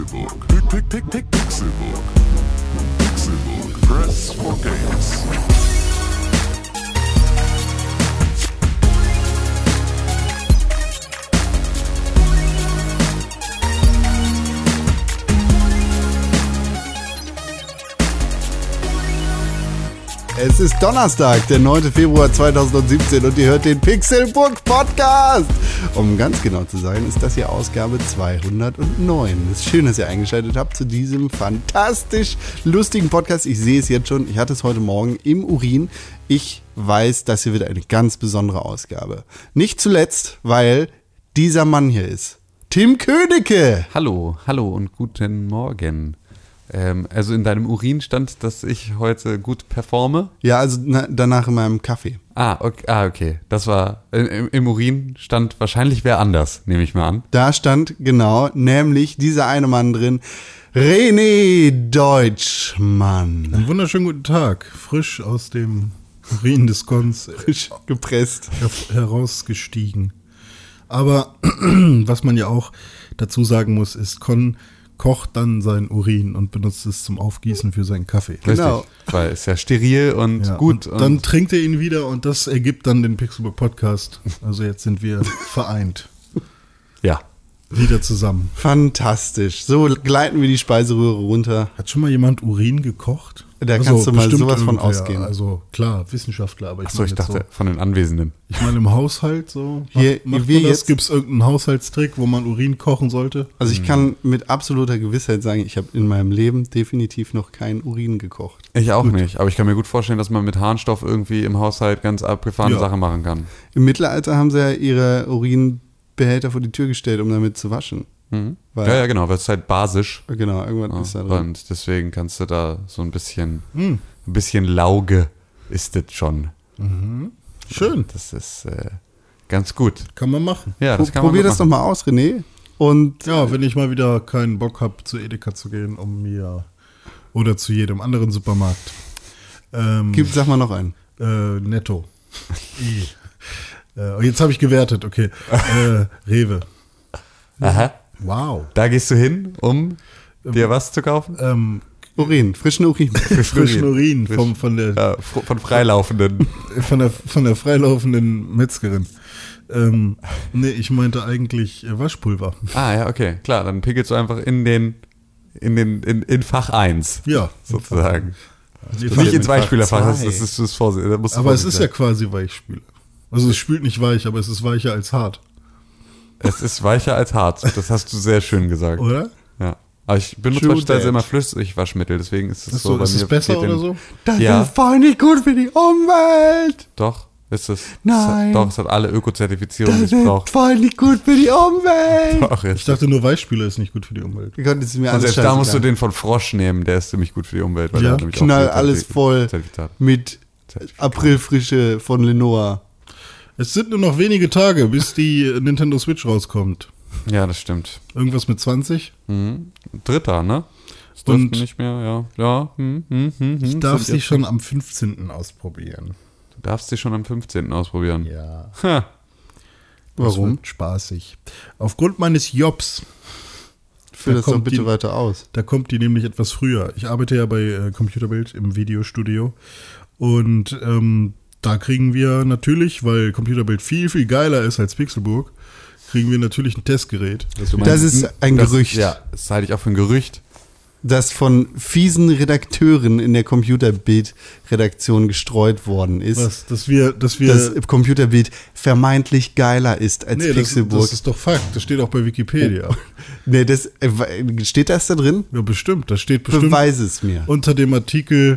Pixelbook. Pixelbook. Pixelbook. Press for games. Es ist Donnerstag, der 9. Februar 2017 und ihr hört den Pixelbook Podcast. Um ganz genau zu sein, ist das hier Ausgabe 209. Es ist schön, dass ihr eingeschaltet habt zu diesem fantastisch lustigen Podcast. Ich sehe es jetzt schon, ich hatte es heute Morgen im Urin. Ich weiß, das hier wird eine ganz besondere Ausgabe. Nicht zuletzt, weil dieser Mann hier ist. Tim Königke. Hallo und guten Morgen. Also in deinem Urin stand, dass ich heute gut performe? Ja, also danach in meinem Kaffee. Okay. Das war, im Urin stand wahrscheinlich wer anders, nehme ich mal an. Da stand genau, nämlich dieser eine Mann drin, René Deutschmann. Einen wunderschönen guten Tag, frisch aus dem Urin des Cons, Frisch gepresst. herausgestiegen. Aber was man ja auch dazu sagen muss, ist, Con kocht dann sein Urin und benutzt es zum Aufgießen für seinen Kaffee. Genau. Richtig, weil es ja steril und Ja, gut. und dann trinkt er ihn wieder und das ergibt dann den Pixelbook Podcast. Also jetzt sind wir vereint. Ja. Wieder zusammen. Fantastisch. So gleiten wir die Speiseröhre runter. Hat schon mal jemand Urin gekocht? Da kannst du mal bestimmt sowas von irgendwer. achgehen. Also klar, Wissenschaftler, aber Achso, ich jetzt dachte von den Anwesenden. Ich meine im Haushalt so. Wir man jetzt- das? Gibt es irgendeinen Haushaltstrick, wo man Urin kochen sollte? Also ich kann mit absoluter Gewissheit sagen, ich habe in meinem Leben definitiv noch keinen Urin gekocht. Ich auch nicht, aber ich kann mir gut vorstellen, dass man mit Harnstoff irgendwie im Haushalt ganz abgefahrene Ja. Sachen machen kann. Im Mittelalter haben sie ja ihre Urinbehälter vor die Tür gestellt, um damit zu waschen. Weil, Ja, genau, weil es ist halt basisch. Genau, irgendwas ist da drin. Und deswegen kannst du da so ein bisschen Lauge ist das schon. Schön, Das ist ganz gut. kann man machen. Ja, das kann man Probier gut das doch machen. mal aus, René. Und Ja, wenn ich mal wieder keinen Bock habe, zu Edeka zu gehen, oder zu jedem anderen Supermarkt. sag mal noch einen. Netto. Jetzt habe ich gewertet, okay. Rewe. Aha. Wow. Da gehst du hin, um dir was zu kaufen? Urin, frischen Urin. Frischen Urin von der Ja, von Freilaufenden. von der freilaufenden Metzgerin. Nee, ich meinte eigentlich Waschpulver. Ja, okay, klar. Dann pickelst du einfach in Fach 1, Ja, sozusagen. Nee, Nicht ins Fach Weichspülerfach, das zwei. ist das Vorsehen. Da musst du aber es vorsichtig ist ja quasi Weichspüler. Also es spült nicht weich, aber es ist weicher als hart, sein. Es ist weicher als hart. Das hast du sehr schön gesagt. oder? Ja. Aber ich benutze True beispielsweise that. immer Flüssigwaschmittel, deswegen ist es so bei Ist mir. es besser geht oder in- so? Das Ja. ist voll nicht gut für die Umwelt. Doch, ist es. Nein. Doch, es hat alle Öko-Zertifizierungen, Das die es ist braucht. voll nicht gut für die Umwelt. Doch, Ich ist dachte nur Weichspüler ist nicht gut für die Umwelt. Gott, das ist mir Und alles selbst da musst du scheißegal. den von Frosch nehmen, der ist ziemlich gut für die Umwelt. Weil Ja, der hat nämlich auch Knall viele alles voll Zertifikate. mit Aprilfrische von Lenoir. Es sind nur noch wenige Tage, bis die Nintendo Switch rauskommt. Ja, das stimmt. Irgendwas mit 20. Dritter, ne? Das dürften Und nicht mehr, ja. ich darf sie schon am 15. ausprobieren. Du darfst sie schon am 15. ausprobieren. Ja. Ha. Das Warum? wird spaßig. Aufgrund meines Jobs, Führ Da das doch kommt bitte die- weiter aus. da kommt die nämlich etwas früher. Ich arbeite ja bei Computerbild im Videostudio und da kriegen wir natürlich, weil Computerbild viel, viel geiler ist als Pixelbook, kriegen wir natürlich ein Testgerät. Du Das ist ein Gerücht. Ja, das halte ich auch für ein Gerücht. Das von fiesen Redakteuren in der Computerbild-Redaktion gestreut worden ist, Was, dass wir dass Computerbild vermeintlich geiler ist als nee, das Pixelburg. ist doch Fakt. Das steht auch bei Wikipedia. Nee, steht das da drin? Ja, bestimmt. Das steht bestimmt Beweise es mir. unter dem Artikel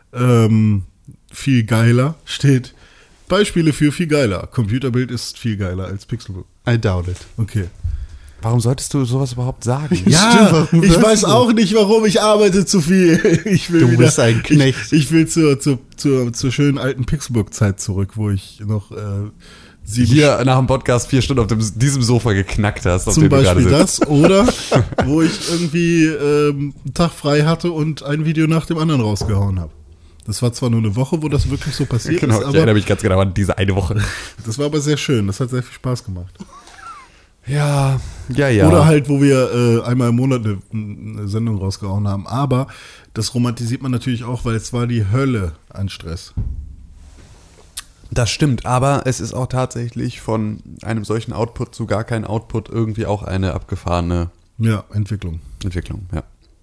viel geiler steht Beispiele für viel geiler. Computerbild ist viel geiler als Pixelbook. I doubt it. Okay. Warum solltest du sowas überhaupt sagen? Ja, warum ich sagst weiß du? auch nicht, warum. Ich arbeite zu viel. Ich will Du wieder, bist ein Knecht. Ich will zur schönen alten Pixelbook-Zeit zurück, wo ich noch Hier nach dem Podcast 4 Stunden auf diesem Sofa geknackt hast, auf zum dem du gerade Beispiel sitzt. das oder wo ich irgendwie einen Tag frei hatte und ein Video nach dem anderen rausgehauen habe. Das war zwar nur eine Woche, wo das wirklich so passiert Genau, ist, ich aber erinnere mich ganz genau an diese eine Woche. das war aber sehr schön. Das hat sehr viel Spaß gemacht. Ja. Oder halt, wo wir einmal im Monat eine Sendung rausgehauen haben. Aber das romantisiert man natürlich auch, weil es war die Hölle an Stress. Das stimmt, aber es ist auch tatsächlich von einem solchen Output zu gar kein Output irgendwie auch eine abgefahrene Entwicklung. Ja.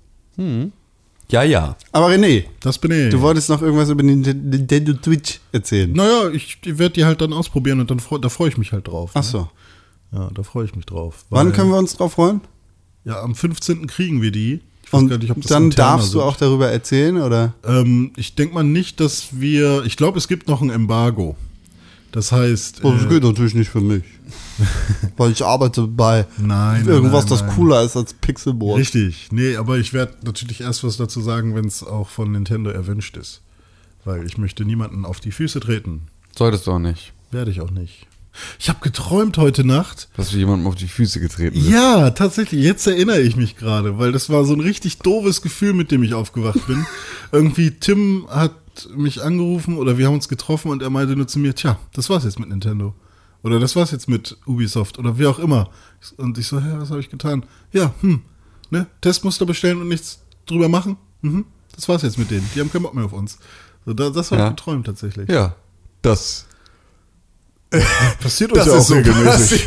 Ja. Aber René, Das bin ich. du wolltest noch irgendwas über Nintendo Switch erzählen. Naja, ich werde die halt dann ausprobieren und dann da freue ich mich halt drauf. Ach so. Ja, da freue ich mich drauf. Wann können wir uns drauf freuen? Ja, am 15. kriegen wir die. Ich weiß Und gar nicht, ob das dann interner darfst du sind. auch darüber erzählen, oder? Ich denke mal nicht, dass ich glaube, es gibt noch ein Embargo. Das heißt, Das geht natürlich nicht für mich. Weil ich arbeite bei Nein, irgendwas, nein, das nein. cooler ist als Pixelboard. Richtig. Nee, aber ich werde natürlich erst was dazu sagen, wenn es auch von Nintendo erwünscht ist. Weil ich möchte niemanden auf die Füße treten. Solltest du auch nicht, Werde ich auch nicht. Ich habe geträumt heute Nacht. dass du jemandem auf die Füße getreten bist. Ja, tatsächlich. Jetzt erinnere ich mich gerade, weil das war so ein richtig doofes Gefühl, mit dem ich aufgewacht bin. Irgendwie Tim hat mich angerufen oder wir haben uns getroffen und er meinte nur zu mir, tja, das war's jetzt mit Nintendo. Oder das war's jetzt mit Ubisoft oder wie auch immer. Und ich so, hä, was habe ich getan? Ja, ne, Testmuster bestellen und nichts drüber machen. Das war's jetzt mit denen. Die haben keinen Bock mehr auf uns. So, das habe ich geträumt tatsächlich. Ja, das Passiert uns ja auch regelmäßig.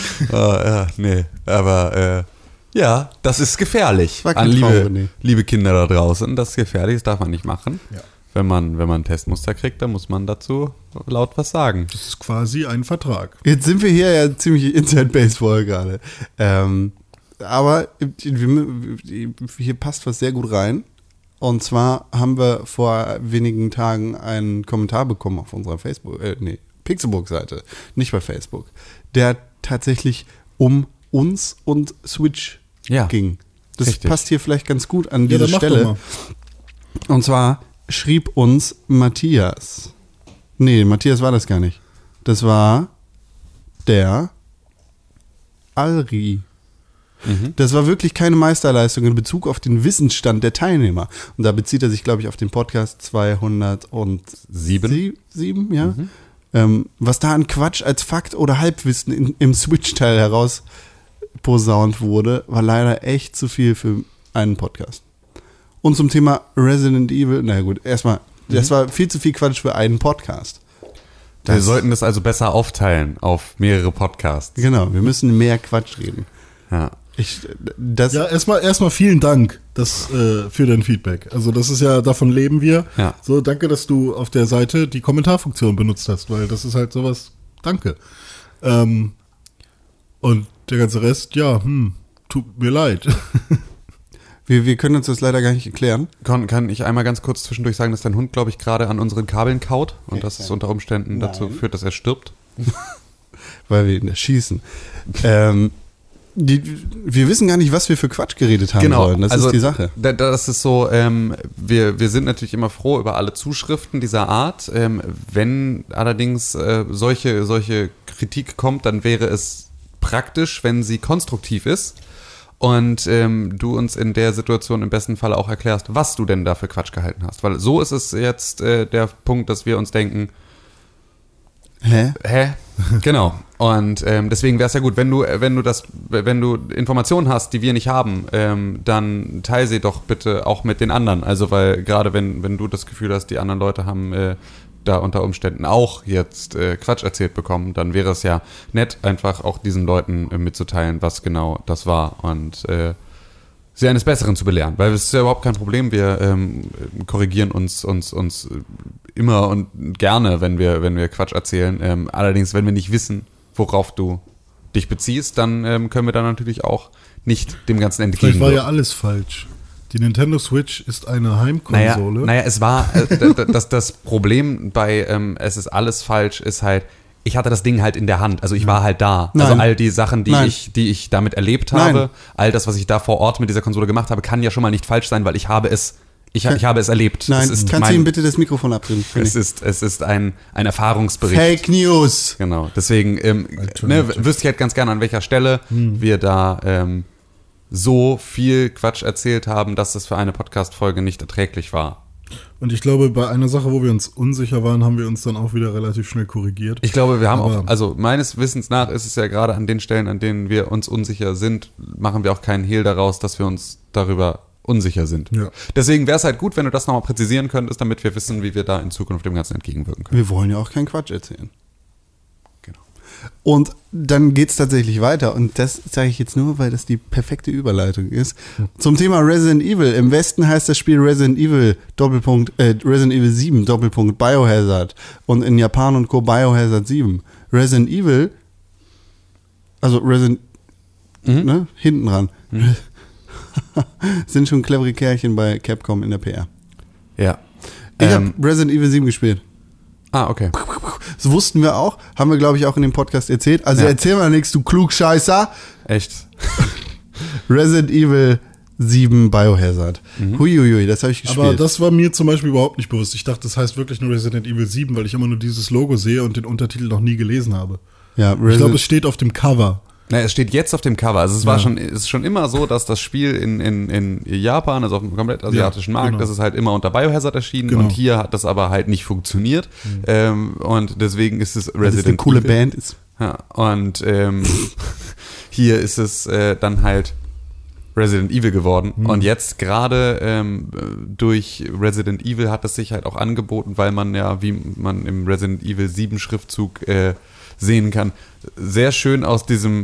nee, aber ja, das ist gefährlich. War An kein Traum, René. liebe Kinder da draußen, das ist gefährlich, das darf man nicht machen. Ja. Wenn man Testmuster kriegt, dann muss man dazu laut was sagen. Das ist quasi ein Vertrag. Jetzt sind wir hier ja ziemlich Inside Baseball gerade. Aber hier passt was sehr gut rein. Und zwar haben wir vor wenigen Tagen einen Kommentar bekommen auf unserer Pixelburg-Seite, nicht bei Facebook, der tatsächlich um uns und Switch ging. Das richtig. passt hier vielleicht ganz gut an Ja, diese dann mach doch Stelle. mal. Und zwar schrieb uns Matthias. Nee, Matthias war das gar nicht. Das war der Alri. Das war wirklich keine Meisterleistung in Bezug auf den Wissensstand der Teilnehmer. Und da bezieht er sich, glaube ich, auf den Podcast 207, ja. Was da an Quatsch als Fakt oder Halbwissen im Switch-Teil herausposaunt wurde, war leider echt zu viel für einen Podcast. Und zum Thema Resident Evil, na gut, erstmal, das war viel zu viel Quatsch für einen Podcast. Wir sollten das also besser aufteilen auf mehrere Podcasts. Genau, wir müssen mehr Quatsch reden. Ja. Ja, erstmal vielen Dank für dein Feedback. Also das ist ja, davon leben wir. Ja. So, danke, dass du auf der Seite die Kommentarfunktion benutzt hast, weil das ist halt sowas, danke. Und der ganze Rest, tut mir leid. Wir können uns das leider gar nicht erklären. Kann ich einmal ganz kurz zwischendurch sagen, dass dein Hund, glaube ich, gerade an unseren Kabeln kaut und dass es unter Umständen dazu führt, dass er stirbt? Weil wir ihn erschießen. Wir wissen gar nicht, was wir für Quatsch geredet haben sollen. Das ist die Sache. Das ist so, wir sind natürlich immer froh über alle Zuschriften dieser Art. Wenn allerdings solche Kritik kommt, dann wäre es praktisch, wenn sie konstruktiv ist und du uns in der Situation im besten Fall auch erklärst, was du denn da für Quatsch gehalten hast. Weil so ist es jetzt der Punkt, dass wir uns denken, Hä? Genau. Und deswegen wäre es ja gut, wenn du Informationen hast, die wir nicht haben, dann teile sie doch bitte auch mit den anderen. Also weil gerade wenn du das Gefühl hast, die anderen Leute haben da unter Umständen auch jetzt Quatsch erzählt bekommen, dann wäre es ja nett, einfach auch diesen Leuten mitzuteilen, was genau das war und sie eines Besseren zu belehren, weil es ist ja überhaupt kein Problem. Wir korrigieren uns immer und gerne, wenn wir Quatsch erzählen. Allerdings, wenn wir nicht wissen, worauf du dich beziehst, dann können wir da natürlich auch nicht dem Ganzen entgegen. Vielleicht war ja alles falsch. Die Nintendo Switch ist eine Heimkonsole. Naja, es war das Problem bei Es ist alles falsch ist halt, ich hatte das Ding halt in der Hand, also ich war halt da. Nein. Also all die Sachen, die ich damit erlebt habe, Nein. all das, was ich da vor Ort mit dieser Konsole gemacht habe, kann ja schon mal nicht falsch sein, weil ich habe es erlebt. Nein, es ist kannst du ihm bitte das Mikrofon abdrehen? es ist ein Erfahrungsbericht. Fake News. Genau, deswegen wüsste ich halt ganz gerne, an welcher Stelle wir da so viel Quatsch erzählt haben, dass es für eine Podcast-Folge nicht erträglich war. Und ich glaube, bei einer Sache, wo wir uns unsicher waren, haben wir uns dann auch wieder relativ schnell korrigiert. Ich glaube, wir haben Aber- auch, also meines Wissens nach ist es ja gerade an den Stellen, an denen wir uns unsicher sind, machen wir auch keinen Hehl daraus, dass wir uns darüber unsicher sind. Ja. Deswegen wäre es halt gut, wenn du das nochmal präzisieren könntest, damit wir wissen, wie wir da in Zukunft dem Ganzen entgegenwirken können. Wir wollen ja auch keinen Quatsch erzählen. Genau. Und dann geht's tatsächlich weiter. Und das sage ich jetzt nur, weil das die perfekte Überleitung ist. Zum Thema Resident Evil. Im Westen heißt das Spiel Resident Evil Resident Evil 7 Doppelpunkt Biohazard. Und in Japan und Co. Biohazard 7. Resident Evil, also Resident, ne, hinten dran. Sind schon clevere Kerlchen bei Capcom in der PR. Ja. Ich habe Resident Evil 7 gespielt. Okay. Das wussten wir auch, haben wir, glaube ich, auch in dem Podcast erzählt. Also Ja. erzähl mal nichts, du Klugscheißer. Echt? Resident Evil 7 Biohazard. Huiuiui, das habe ich gespielt. Aber das war mir zum Beispiel überhaupt nicht bewusst. Ich dachte, das heißt wirklich nur Resident Evil 7, weil ich immer nur dieses Logo sehe und den Untertitel noch nie gelesen habe. ja, Ich glaube, es steht auf dem Cover. Na, es steht jetzt auf dem Cover. Also es ist schon immer so, dass das Spiel in Japan, also auf dem komplett asiatischen Markt, genau. das ist halt immer unter Biohazard erschienen Genau. und hier hat das aber halt nicht funktioniert. Und deswegen ist es weil das Resident eine coole Evil. Band ist. Ja, und hier ist es dann halt Resident Evil geworden. Und jetzt gerade durch Resident Evil hat es sich halt auch angeboten, weil man ja, wie man im Resident Evil 7 Schriftzug sehen kann, sehr schön aus diesem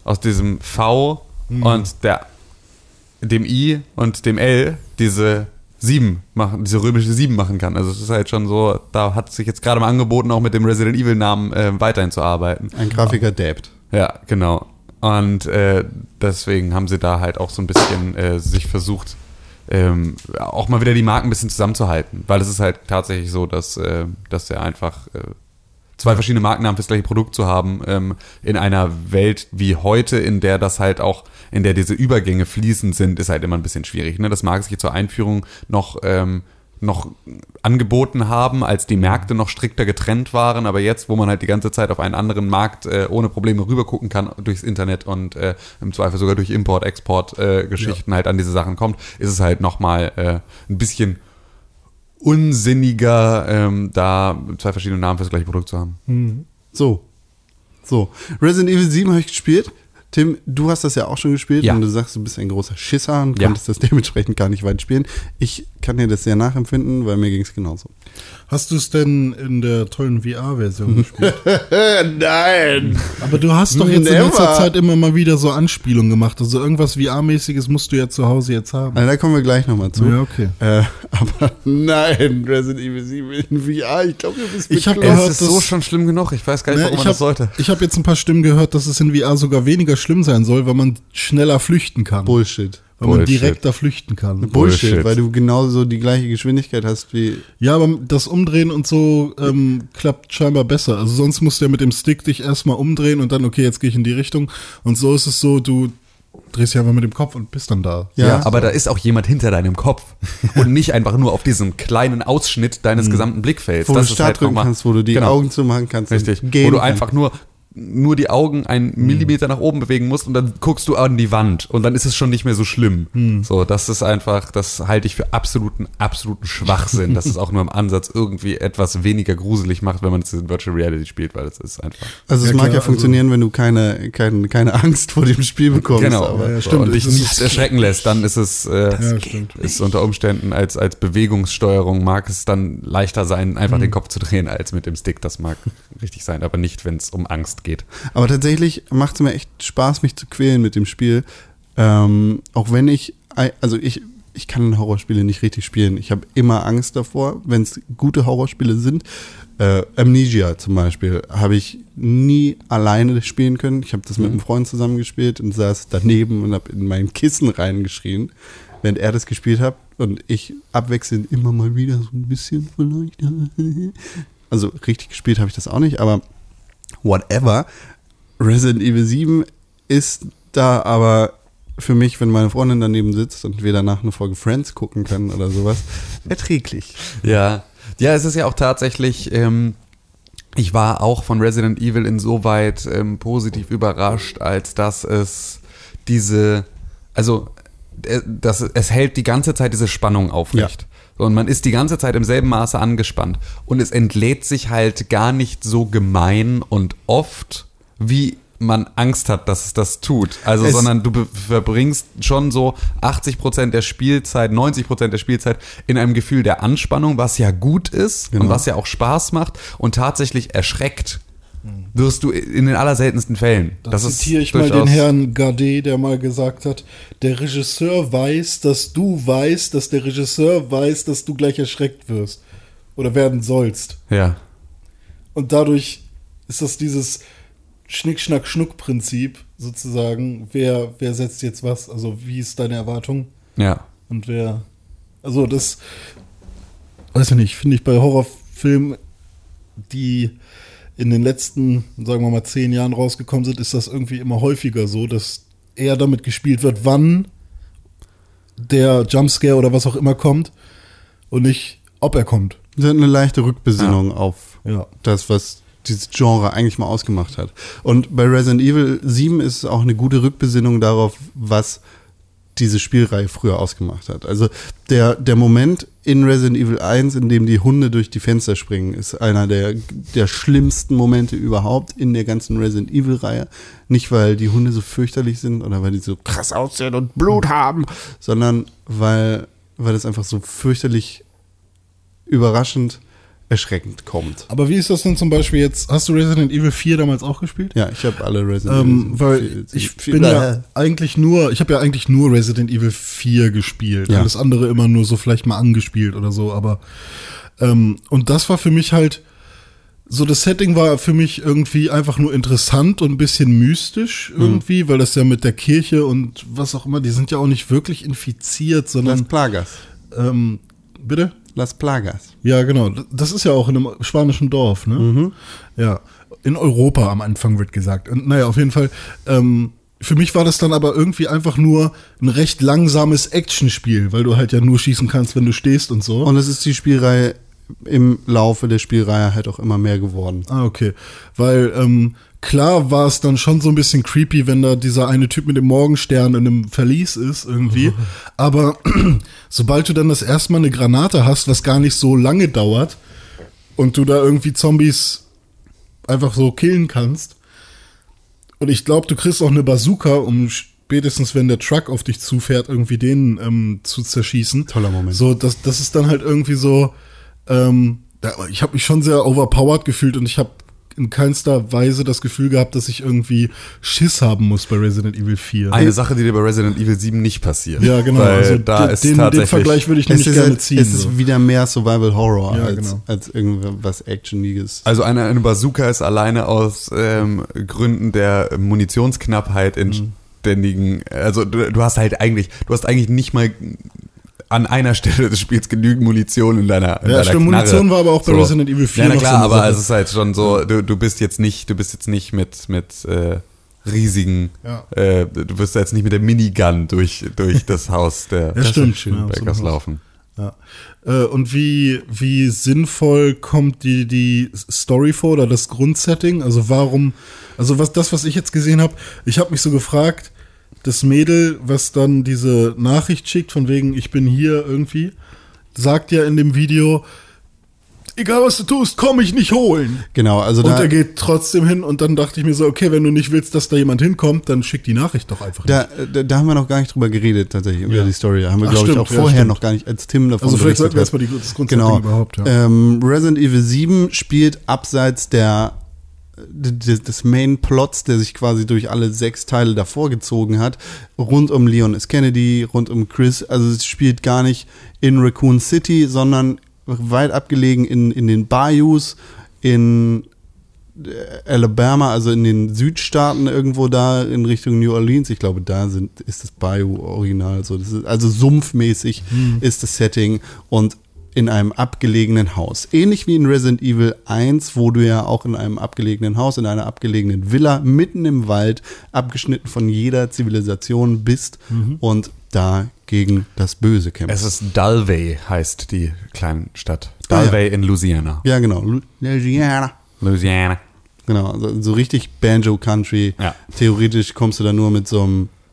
V und dem I und dem L diese römische 7 machen kann. Also es ist halt schon so, da hat sich jetzt gerade mal angeboten, auch mit dem Resident Evil Namen weiterhin zu arbeiten. Ein Grafiker dabbt. Ja, genau. Und deswegen haben sie da halt auch so ein bisschen sich versucht, auch mal wieder die Marken ein bisschen zusammenzuhalten. Weil es ist halt tatsächlich so, dass er einfach zwei verschiedene Markennamen fürs gleiche Produkt zu haben, in einer Welt wie heute, in der das halt auch, in der diese Übergänge fließend sind, ist halt immer ein bisschen schwierig. Ne? Das mag sich zur Einführung noch angeboten haben, als die Märkte noch strikter getrennt waren, aber jetzt, wo man halt die ganze Zeit auf einen anderen Markt ohne Probleme rübergucken kann durchs Internet und im Zweifel sogar durch Import, Export Geschichten halt an diese Sachen kommt, ist es halt nochmal ein bisschen unsinniger, da zwei verschiedene Namen für das gleiche Produkt zu haben. So. Resident Evil 7 habe ich gespielt. Tim, du hast das ja auch schon gespielt Ja. und du sagst, du bist ein großer Schisser und Ja. konntest das dementsprechend gar nicht weit spielen. Ich kann dir das sehr nachempfinden, weil mir ging es genauso. Hast du es denn in der tollen VR-Version gespielt? Nein! Aber du hast doch jetzt in Never. letzter Zeit immer mal wieder so Anspielungen gemacht. Also irgendwas VR-mäßiges musst du ja zu Hause jetzt haben. Also da kommen wir gleich nochmal zu. Ja, okay. Aber nein, Resident Evil 7 in VR, ich glaube, du bist Ich hab bekloppt. gehört, Es ist so schon schlimm genug, ich weiß gar nicht, warum man das sollte. Ich habe jetzt ein paar Stimmen gehört, dass es in VR sogar weniger schlimm sein soll, weil man schneller flüchten kann. Bullshit. Weil man Bullshit. direkter flüchten kann. Bullshit, weil du genauso die gleiche Geschwindigkeit hast wie. Ja, aber das Umdrehen und so klappt scheinbar besser. Also sonst musst du ja mit dem Stick dich erstmal umdrehen und dann, okay, jetzt gehe ich in die Richtung. Und so ist es so, du drehst dich einfach mit dem Kopf und bist dann da. Ja, aber da ist auch jemand hinter deinem Kopf und nicht einfach nur auf diesem kleinen Ausschnitt deines gesamten Blickfelds. Wo Das du ist Start halt drücken nochmal- kannst, wo du die Genau. Augen zumachen kannst. Richtig, und gehen wo du kannst. einfach nur die Augen einen Millimeter nach oben bewegen musst und dann guckst du an die Wand und dann ist es schon nicht mehr so schlimm. So, das ist einfach, das halte ich für absoluten Schwachsinn, dass es auch nur im Ansatz irgendwie etwas weniger gruselig macht, wenn man es in Virtual Reality spielt, weil es ist einfach. Also es Ja, mag klar, ja funktionieren, wenn du keine Angst vor dem Spiel bekommst. Genau, Aber ja, stimmt. und dich Das ist- nicht erschrecken lässt, dann ist es Ja, stimmt. ist unter Umständen als Bewegungssteuerung mag es dann leichter sein, einfach den Kopf zu drehen, als mit dem Stick. Das mag richtig sein, aber nicht, wenn es um Angst geht. Aber tatsächlich macht es mir echt Spaß, mich zu quälen mit dem Spiel. Auch wenn ich kann Horrorspiele nicht richtig spielen. Ich habe immer Angst davor, wenn es gute Horrorspiele sind. Amnesia zum Beispiel habe ich nie alleine spielen können. Ich habe das mit einem Freund zusammengespielt und saß daneben und habe in mein Kissen reingeschrien, während er das gespielt hat und ich abwechselnd immer mal wieder so ein bisschen vielleicht. Also richtig gespielt habe ich das auch nicht, aber whatever. Resident Evil 7 ist da aber für mich, wenn meine Freundin daneben sitzt und wir danach eine Folge Friends gucken können oder sowas, erträglich. Ja, es ist ja auch tatsächlich, ich war auch von Resident Evil insoweit es hält die ganze Zeit diese Spannung aufrecht. So, und man ist die ganze Zeit im selben Maße angespannt. Und es entlädt sich halt gar nicht so gemein und oft, wie man Angst hat, dass es das tut. Also, sondern du verbringst schon so 80% der Spielzeit, 90% der Spielzeit in einem Gefühl der Anspannung, was ja gut ist und was ja auch Spaß macht und tatsächlich erschreckt wirst du in den allerseltensten Fällen. Da zitiere ich mal den Herrn Gardet, der mal gesagt hat, der Regisseur weiß, dass du weißt, dass der Regisseur weiß, dass du gleich erschreckt wirst oder werden sollst. Ja. Und dadurch ist das dieses Schnick-Schnack-Schnuck-Prinzip sozusagen, wer setzt jetzt was, also wie ist deine Erwartung? Ja. Und also das, weiß ich nicht, finde ich bei Horrorfilmen, die in den letzten, sagen wir mal, 10 Jahren rausgekommen sind, ist das irgendwie immer häufiger so, dass eher damit gespielt wird, wann der Jumpscare oder was auch immer kommt und nicht, ob er kommt. Das ist eine leichte Rückbesinnung auf das, was dieses Genre eigentlich mal ausgemacht hat. Und bei Resident Evil 7 ist es auch eine gute Rückbesinnung darauf, was diese Spielreihe früher ausgemacht hat. Also der Moment in Resident Evil 1, in dem die Hunde durch die Fenster springen, ist einer der schlimmsten Momente überhaupt in der ganzen Resident Evil-Reihe. Nicht, weil die Hunde so fürchterlich sind oder weil die so krass aussehen und Blut haben, sondern weil das einfach so fürchterlich überraschend erschreckend kommt. Aber wie ist das denn zum Beispiel jetzt, hast du Resident Evil 4 damals auch gespielt? Ja, ich habe alle Resident Evil 4. Weil ich bin ja eigentlich nur Resident Evil 4 gespielt. Ja. Alles andere immer nur so vielleicht mal angespielt oder so, aber und das war für mich halt so, das Setting war für mich irgendwie einfach nur interessant und ein bisschen mystisch irgendwie, weil das ja mit der Kirche und was auch immer, die sind ja auch nicht wirklich infiziert, sondern Las Plagas. Bitte? Las Plagas. Ja, genau. Das ist ja auch in einem spanischen Dorf, ne? Mhm. Ja. In Europa am Anfang wird gesagt. Und naja, auf jeden Fall, für mich war das dann aber irgendwie einfach nur ein recht langsames Actionspiel, weil du halt ja nur schießen kannst, wenn du stehst und so. Und es ist die Spielreihe im Laufe der Spielreihe halt auch immer mehr geworden. Ah, okay. Weil, klar war es dann schon so ein bisschen creepy, wenn da dieser eine Typ mit dem Morgenstern in einem Verlies ist irgendwie. Aber sobald du dann das erste Mal eine Granate hast, was gar nicht so lange dauert und du da irgendwie Zombies einfach so killen kannst und ich glaube, du kriegst auch eine Bazooka, um spätestens, wenn der Truck auf dich zufährt, irgendwie den zu zerschießen. Toller Moment. So, das ist dann halt irgendwie so, ich habe mich schon sehr overpowered gefühlt und ich habe in keinster Weise das Gefühl gehabt, dass ich irgendwie Schiss haben muss bei Resident Evil 4. Eine Sache, die dir bei Resident Evil 7 nicht passiert. Ja, genau. Weil Also da ist den tatsächlich, Vergleich würde ich nämlich gerne ziehen. Es ist wieder mehr Survival Horror Ja, als irgendwas Actioniges. Also eine Bazooka ist alleine aus Gründen der Munitionsknappheit in ständigen, also du hast eigentlich nicht mal an einer Stelle des Spiels genügend Munition in deiner Ja, stimmt, Knarre. Munition war aber auch bei Resident Evil 4 Ja, na noch klar, so eine aber Sache. es ist halt schon so, du bist jetzt nicht mit riesigen, du wirst jetzt nicht mit der Minigun durch das Haus der Ja, stimmt. Ja, Backers so ein Haus. laufen. Ja. Und wie sinnvoll kommt die Story vor oder das Grundsetting? Also was ich jetzt gesehen habe, ich habe mich so gefragt, das Mädel, was dann diese Nachricht schickt, von wegen, ich bin hier irgendwie, sagt ja in dem Video, egal was du tust, komm ich nicht holen. Genau, also Und da er geht trotzdem hin und dann dachte ich mir so, okay, wenn du nicht willst, dass da jemand hinkommt, dann schick die Nachricht doch einfach Da haben wir noch gar nicht drüber geredet, tatsächlich, über die Story. Da haben wir, Ach, glaube ich, stimmt, auch ja, vorher stimmt. noch gar nicht, als Tim davon Also vielleicht sollten wir berichtet erstmal hat. das Grundsetting Genau. überhaupt, ja. Resident Evil 7 spielt abseits des Main-Plots, der sich quasi durch alle 6 Teile davor gezogen hat, rund um Leon S. Kennedy, rund um Chris. Also es spielt gar nicht in Raccoon City, sondern weit abgelegen in den Bayous, in Alabama, also in den Südstaaten irgendwo da in Richtung New Orleans. Ich glaube, da ist das Bayou original so. Das ist, also sumpfmäßig ist das Setting und in einem abgelegenen Haus. Ähnlich wie in Resident Evil 1, wo du ja auch in einem abgelegenen Haus, in einer abgelegenen Villa, mitten im Wald, abgeschnitten von jeder Zivilisation bist und da gegen das Böse kämpfst. Es ist Dalvey, heißt die kleine Stadt. Dalvey in Louisiana. Ja, genau. Louisiana. Louisiana. Genau, so richtig Banjo-Country. Ja. Theoretisch kommst du da nur mit so einem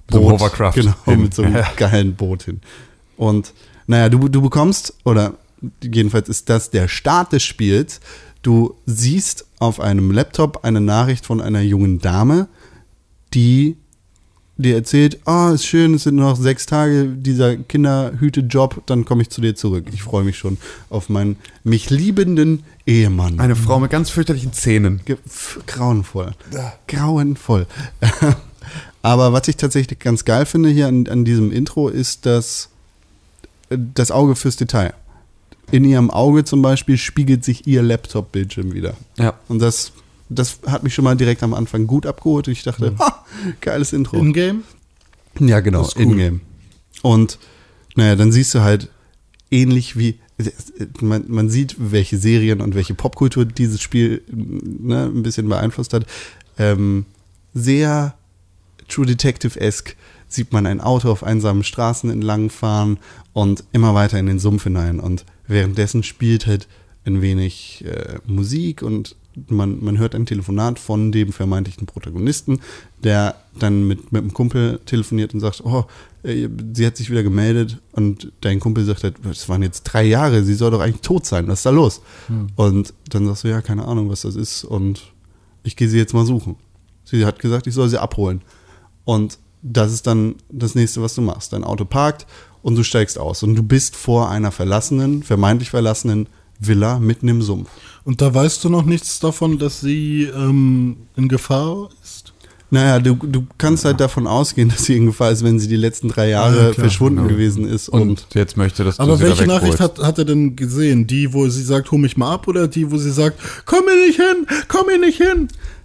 So ein Hovercraft Genau, hin. mit so einem geilen Boot hin. Und naja, du bekommst, oder jedenfalls ist das der Start des Spiels, du siehst auf einem Laptop eine Nachricht von einer jungen Dame, die dir erzählt, ist schön, es sind nur noch 6 Tage, dieser Kinderhütejob, dann komme ich zu dir zurück. Ich freue mich schon auf meinen mich liebenden Ehemann. Eine Frau mit ganz fürchterlichen Zähnen. Grauenvoll. Grauenvoll. Aber was ich tatsächlich ganz geil finde hier an diesem Intro ist das Auge fürs Detail. In ihrem Auge zum Beispiel spiegelt sich ihr Laptop-Bildschirm wieder. Ja. Und das hat mich schon mal direkt am Anfang gut abgeholt. Und ich dachte, geiles Intro. In-game? Ja, genau, Das ist cool. in-game. Und naja, dann siehst du halt ähnlich wie, man sieht, welche Serien und welche Popkultur dieses Spiel ein bisschen beeinflusst hat. Sehr True Detective-esque sieht man ein Auto auf einsamen Straßen entlang fahren und immer weiter in den Sumpf hinein. Und währenddessen spielt halt ein wenig Musik und man hört ein Telefonat von dem vermeintlichen Protagonisten, der dann mit einem Kumpel telefoniert und sagt, sie hat sich wieder gemeldet, und dein Kumpel sagt halt, das waren jetzt 3 Jahre, sie soll doch eigentlich tot sein, was ist da los? Und dann sagst du, ja, keine Ahnung, was das ist, und ich gehe sie jetzt mal suchen. Sie hat gesagt, ich soll sie abholen. Und das ist dann das nächste, was du machst. Dein Auto parkt und du steigst aus und du bist vor einer vermeintlich verlassenen Villa mitten im Sumpf. Und da weißt du noch nichts davon, dass sie in Gefahr ist? Naja, du kannst halt davon ausgehen, dass sie in Gefahr ist, wenn sie die letzten 3 Jahre verschwunden gewesen ist. Und jetzt möchte das. Aber welche Nachricht hat er denn gesehen? Die, wo sie sagt, hol mich mal ab, oder die, wo sie sagt, komm hier nicht hin?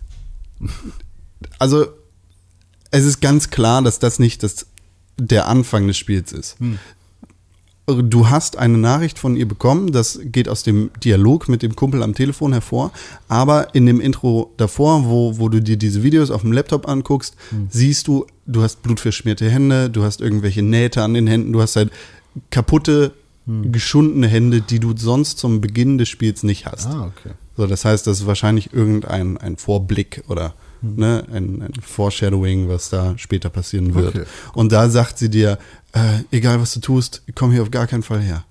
Also, es ist ganz klar, dass das nicht der Anfang des Spiels ist. Du hast eine Nachricht von ihr bekommen, das geht aus dem Dialog mit dem Kumpel am Telefon hervor, aber in dem Intro davor, wo du dir diese Videos auf dem Laptop anguckst, siehst du hast blutverschmierte Hände, du hast irgendwelche Nähte an den Händen, du hast halt kaputte, geschundene Hände, die du sonst zum Beginn des Spiels nicht hast. Okay. So, das heißt, das ist wahrscheinlich ein Vorblick oder ein Foreshadowing, was da später passieren wird. Okay. Und da sagt sie dir, egal was du tust, komm hier auf gar keinen Fall her.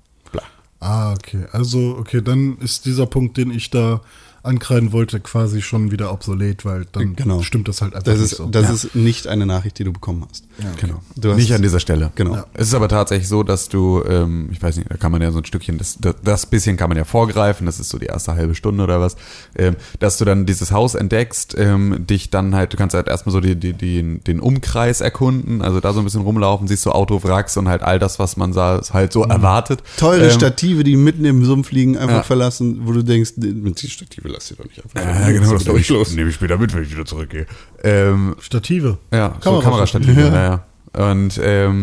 Ja. Okay. Also, dann ist dieser Punkt, den ich da ankreiden wollte, quasi schon wieder obsolet, weil dann stimmt das halt einfach nicht so. Das ist nicht eine Nachricht, die du bekommen hast. Ja, okay. Genau. Nicht an dieser Stelle. Genau. Ja. Es ist aber tatsächlich so, dass du, ich weiß nicht, da kann man ja so ein Stückchen, das bisschen kann man ja vorgreifen, das ist so die erste halbe Stunde oder was, dass du dann dieses Haus entdeckst, dich dann halt, du kannst halt erstmal so den Umkreis erkunden, also da so ein bisschen rumlaufen, siehst so Autowracks und halt all das, was man halt so erwartet. Teure Stative, die mitten im Sumpf liegen, einfach verlassen, wo du denkst, die Stative lass dir doch nicht einfach. Ja, genau, das nehme ich später mit, wenn ich wieder zurückgehe. Stative. Ja, so Kamerastative. Ja. Und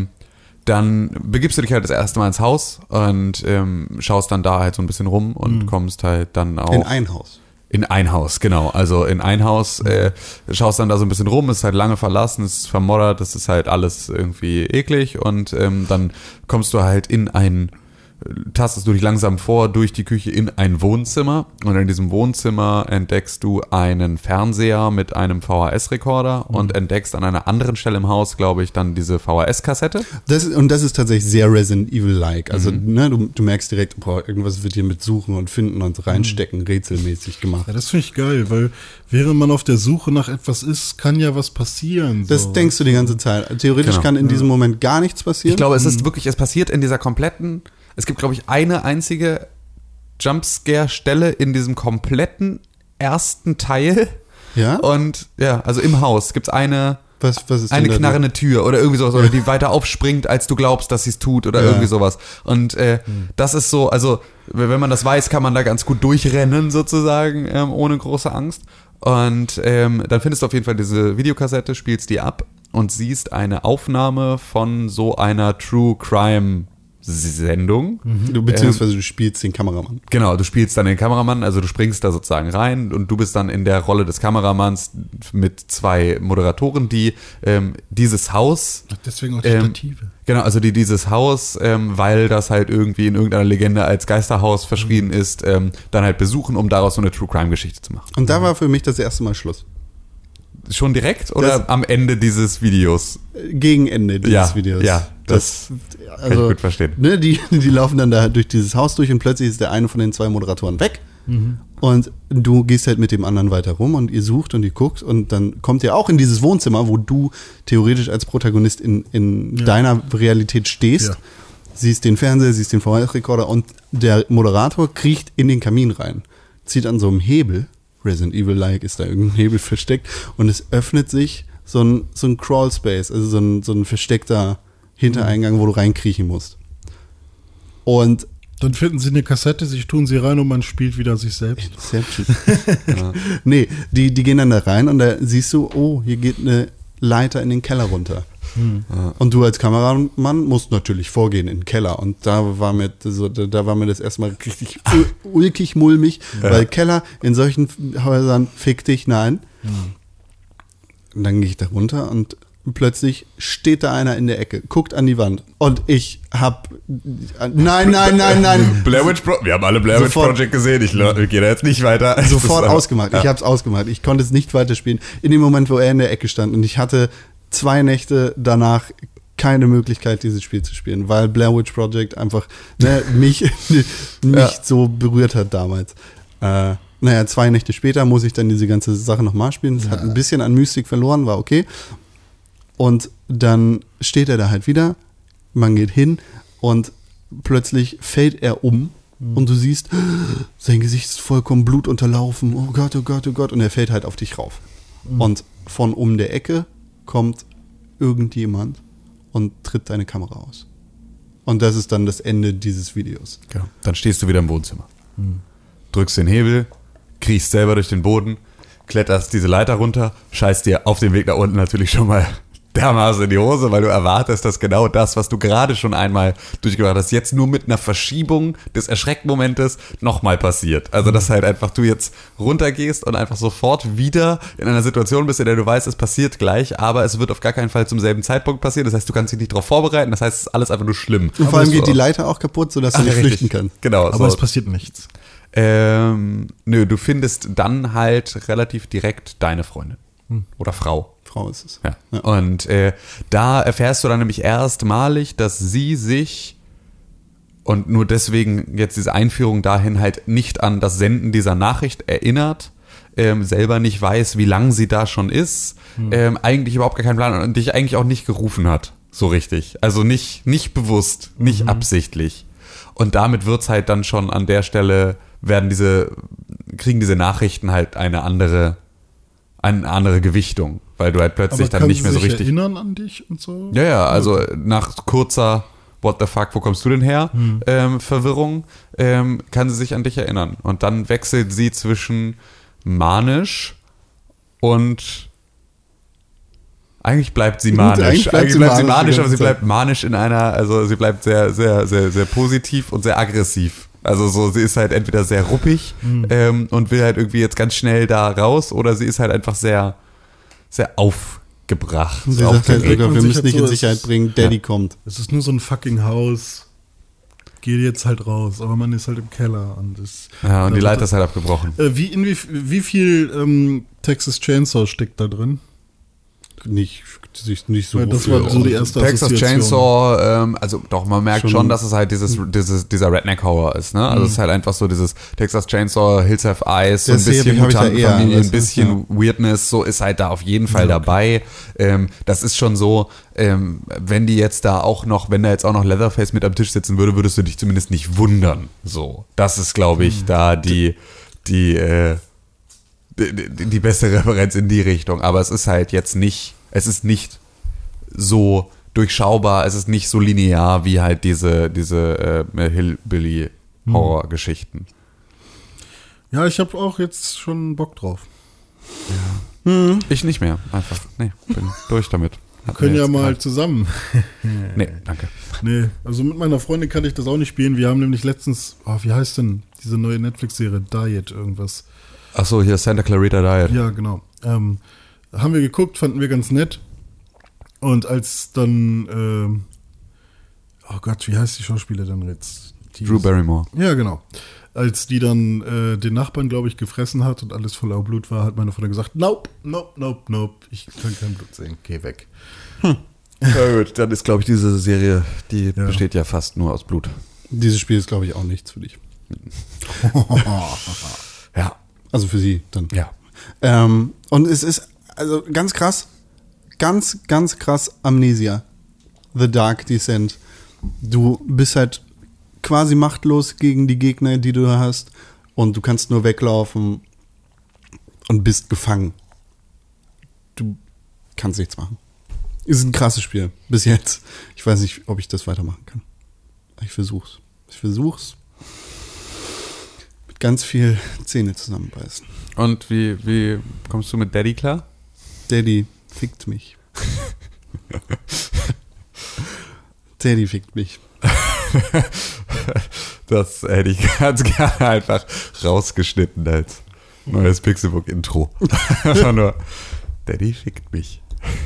dann begibst du dich halt das erste Mal ins Haus und schaust dann da halt so ein bisschen rum und kommst halt dann auch... In ein Haus. In ein Haus, genau. Also in ein Haus, schaust dann da so ein bisschen rum, ist halt lange verlassen, ist vermoddert, das ist halt alles irgendwie eklig, und dann kommst du halt tastest du dich langsam vor durch die Küche in ein Wohnzimmer, und in diesem Wohnzimmer entdeckst du einen Fernseher mit einem VHS-Rekorder und entdeckst an einer anderen Stelle im Haus, glaube ich, dann diese VHS-Kassette. Das ist tatsächlich sehr Resident Evil-like. Also du merkst direkt, irgendwas wird hier mit Suchen und Finden und Reinstecken rätselmäßig gemacht. Ja, das finde ich geil, weil während man auf der Suche nach etwas ist, kann ja was passieren. So. Das denkst du die ganze Zeit. Theoretisch kann in diesem Moment gar nichts passieren. Ich glaube, es passiert in dieser kompletten... Es gibt, glaube ich, eine einzige Jumpscare-Stelle in diesem kompletten ersten Teil. Ja? Und ja, also im Haus gibt es eine ist eine denn knarrende Tür oder irgendwie sowas, oder die weiter aufspringt, als du glaubst, dass sie es tut, oder irgendwie sowas. Und das ist so, also wenn man das weiß, kann man da ganz gut durchrennen sozusagen, ohne große Angst. Und dann findest du auf jeden Fall diese Videokassette, spielst die ab und siehst eine Aufnahme von so einer True Crime Sendung. Beziehungsweise du spielst den Kameramann. Genau, du spielst dann den Kameramann, also du springst da sozusagen rein und du bist dann in der Rolle des Kameramanns mit 2 Moderatoren, die dieses Haus... Deswegen auch die Stative. Genau, also die dieses Haus, weil das halt irgendwie in irgendeiner Legende als Geisterhaus verschrien ist, dann halt besuchen, um daraus so eine True-Crime-Geschichte zu machen. Und da war für mich das erste Mal Schluss. Schon direkt oder am Ende dieses Videos? Gegen Ende dieses Videos. Ja, das kann ich gut verstehen. Ne, die laufen dann da durch dieses Haus durch und plötzlich ist der eine von den 2 Moderatoren weg. Und du gehst halt mit dem anderen weiter rum und ihr sucht und ihr guckt und dann kommt ihr auch in dieses Wohnzimmer, wo du theoretisch als Protagonist in deiner Realität stehst. Ja. Siehst den Fernseher, siehst den VHS-Rekorder und der Moderator kriecht in den Kamin rein, zieht an so einem Hebel, Resident Evil-like ist da irgendein Hebel versteckt und es öffnet sich so ein Crawl-Space, also so ein versteckter Hintereingang, wo du reinkriechen musst. Und dann finden sie eine Kassette, sich tun sie rein und man spielt wieder sich selbst. Ja. Nee, die gehen dann da rein und da siehst du, oh, hier geht eine Leiter in den Keller runter. Ja. Und du als Kameramann musst natürlich vorgehen in den Keller. Und da war mir das erstmal richtig ulkig, mulmig, weil Keller in solchen Häusern fick dich, nein. Und dann gehe ich da runter und plötzlich steht da einer in der Ecke, guckt an die Wand und ich hab nein. Blair Witch wir haben alle Blair Witch Project gesehen, ich gehe da jetzt nicht weiter. Sofort ausgemacht, ich hab's ausgemacht, ich konnte es nicht weiterspielen. In dem Moment, wo er in der Ecke stand und ich hatte 2 Nächte danach keine Möglichkeit, dieses Spiel zu spielen, weil Blair Witch Project einfach mich so berührt hat damals. 2 Nächte später muss ich dann diese ganze Sache nochmal spielen. Es hat ein bisschen an Mystik verloren, war okay. Und dann steht er da halt wieder, man geht hin und plötzlich fällt er um und du siehst, sein Gesicht ist vollkommen blutunterlaufen, oh Gott, oh Gott, oh Gott, und er fällt halt auf dich rauf. Und von um der Ecke kommt irgendjemand und tritt deine Kamera aus. Und das ist dann das Ende dieses Videos. Genau. Dann stehst du wieder im Wohnzimmer, drückst den Hebel, kriechst selber durch den Boden, kletterst diese Leiter runter, scheißt dir auf dem Weg nach unten natürlich schon mal dermaßen in die Hose, weil du erwartest, dass genau das, was du gerade schon einmal durchgemacht hast, jetzt nur mit einer Verschiebung des Erschreckmomentes nochmal passiert. Also, dass halt einfach du jetzt runtergehst und einfach sofort wieder in einer Situation bist, in der du weißt, es passiert gleich, aber es wird auf gar keinen Fall zum selben Zeitpunkt passieren. Das heißt, du kannst dich nicht darauf vorbereiten. Das heißt, es ist alles einfach nur schlimm. Und vor allem geht die Leiter auch kaputt, sodass du nicht flüchten kannst. Genau. Aber es passiert nichts. Du findest dann halt relativ direkt deine Freundin. Oder Frau. Frau ist es. Ja. Und da erfährst du dann nämlich erstmalig, dass sie sich, und nur deswegen jetzt diese Einführung dahin, halt nicht an das Senden dieser Nachricht erinnert, selber nicht weiß, wie lang sie da schon ist, eigentlich überhaupt gar keinen Plan und dich eigentlich auch nicht gerufen hat, so richtig. Also nicht bewusst, nicht absichtlich. Und damit wird's halt dann schon an der Stelle, kriegen diese Nachrichten halt eine andere Gewichtung, weil du halt plötzlich dann nicht mehr so richtig erinnern an dich und so. Ja, also nach kurzer What the fuck, wo kommst du denn her? Verwirrung, kann sie sich an dich erinnern. Und dann wechselt sie zwischen manisch und eigentlich bleibt sie manisch. Eigentlich bleibt sie manisch, aber sie bleibt manisch sie bleibt sehr, sehr, sehr, sehr positiv und sehr aggressiv. Also so, sie ist halt entweder sehr ruppig und will halt irgendwie jetzt ganz schnell da raus oder sie ist halt einfach sehr, sehr aufgebracht. Sie sagt halt sogar, wir müssen dich in Sicherheit bringen, Daddy kommt. Es ist nur so ein fucking Haus. Geh jetzt halt raus, aber man ist halt im Keller. Und die Leiter ist halt abgebrochen. Wie viel Texas Chainsaw steckt da drin? Nicht so. Ja, das war so die erste Texas Chainsaw, also doch, man merkt schon, dass es halt dieser Redneck-Horror ist, ne? Also es ist halt einfach so dieses Texas Chainsaw, Hills Have Eyes, so ein bisschen Mutantenfamilie, ein bisschen Weirdness, so ist halt da auf jeden Fall dabei. Das ist schon so, wenn die jetzt da auch noch, wenn da jetzt auch noch Leatherface mit am Tisch sitzen würde, würdest du dich zumindest nicht wundern. So, das ist, glaube ich, da die beste Referenz in die Richtung, aber es ist halt jetzt nicht, es ist nicht so durchschaubar, es ist nicht so linear wie halt diese Hillbilly-Horror-Geschichten. Ja, ich habe auch jetzt schon Bock drauf. Ja. Ich nicht mehr, einfach. Nee, bin durch damit. Wir können ja mal zusammen. Nee, danke. Nee, also mit meiner Freundin kann ich das auch nicht spielen. Wir haben nämlich letztens, wie heißt denn diese neue Netflix-Serie, Diet irgendwas. Ach so, hier Santa Clarita Diet. Ja, genau. Haben wir geguckt, fanden wir ganz nett. Und als dann, oh Gott, wie heißt die Schauspielerin jetzt? Drew Barrymore. Ja, genau. als die dann den Nachbarn, glaube ich, gefressen hat und alles voller Blut war, hat meine Vater gesagt, nope, ich kann kein Blut sehen, geh weg. Na gut, dann ist, glaube ich, diese Serie, die besteht ja fast nur aus Blut. Dieses Spiel ist, glaube ich, auch nichts für dich. Ja. Also für sie dann. Ja. Und es ist also ganz krass, ganz krass Amnesia. The Dark Descent. Du bist halt quasi machtlos gegen die Gegner, die du hast, und du kannst nur weglaufen und bist gefangen. Du kannst nichts machen. Ist ein krasses Spiel. Bis jetzt. Ich weiß nicht, ob ich das weitermachen kann. Ich versuch's. Mit ganz viel Zähne zusammenbeißen. Und wie kommst du mit Daddy klar? Daddy fickt mich. Daddy fickt mich. Das hätte ich ganz gerne einfach rausgeschnitten als neues Pixelbook-Intro. Einfach nur, Daddy fickt mich.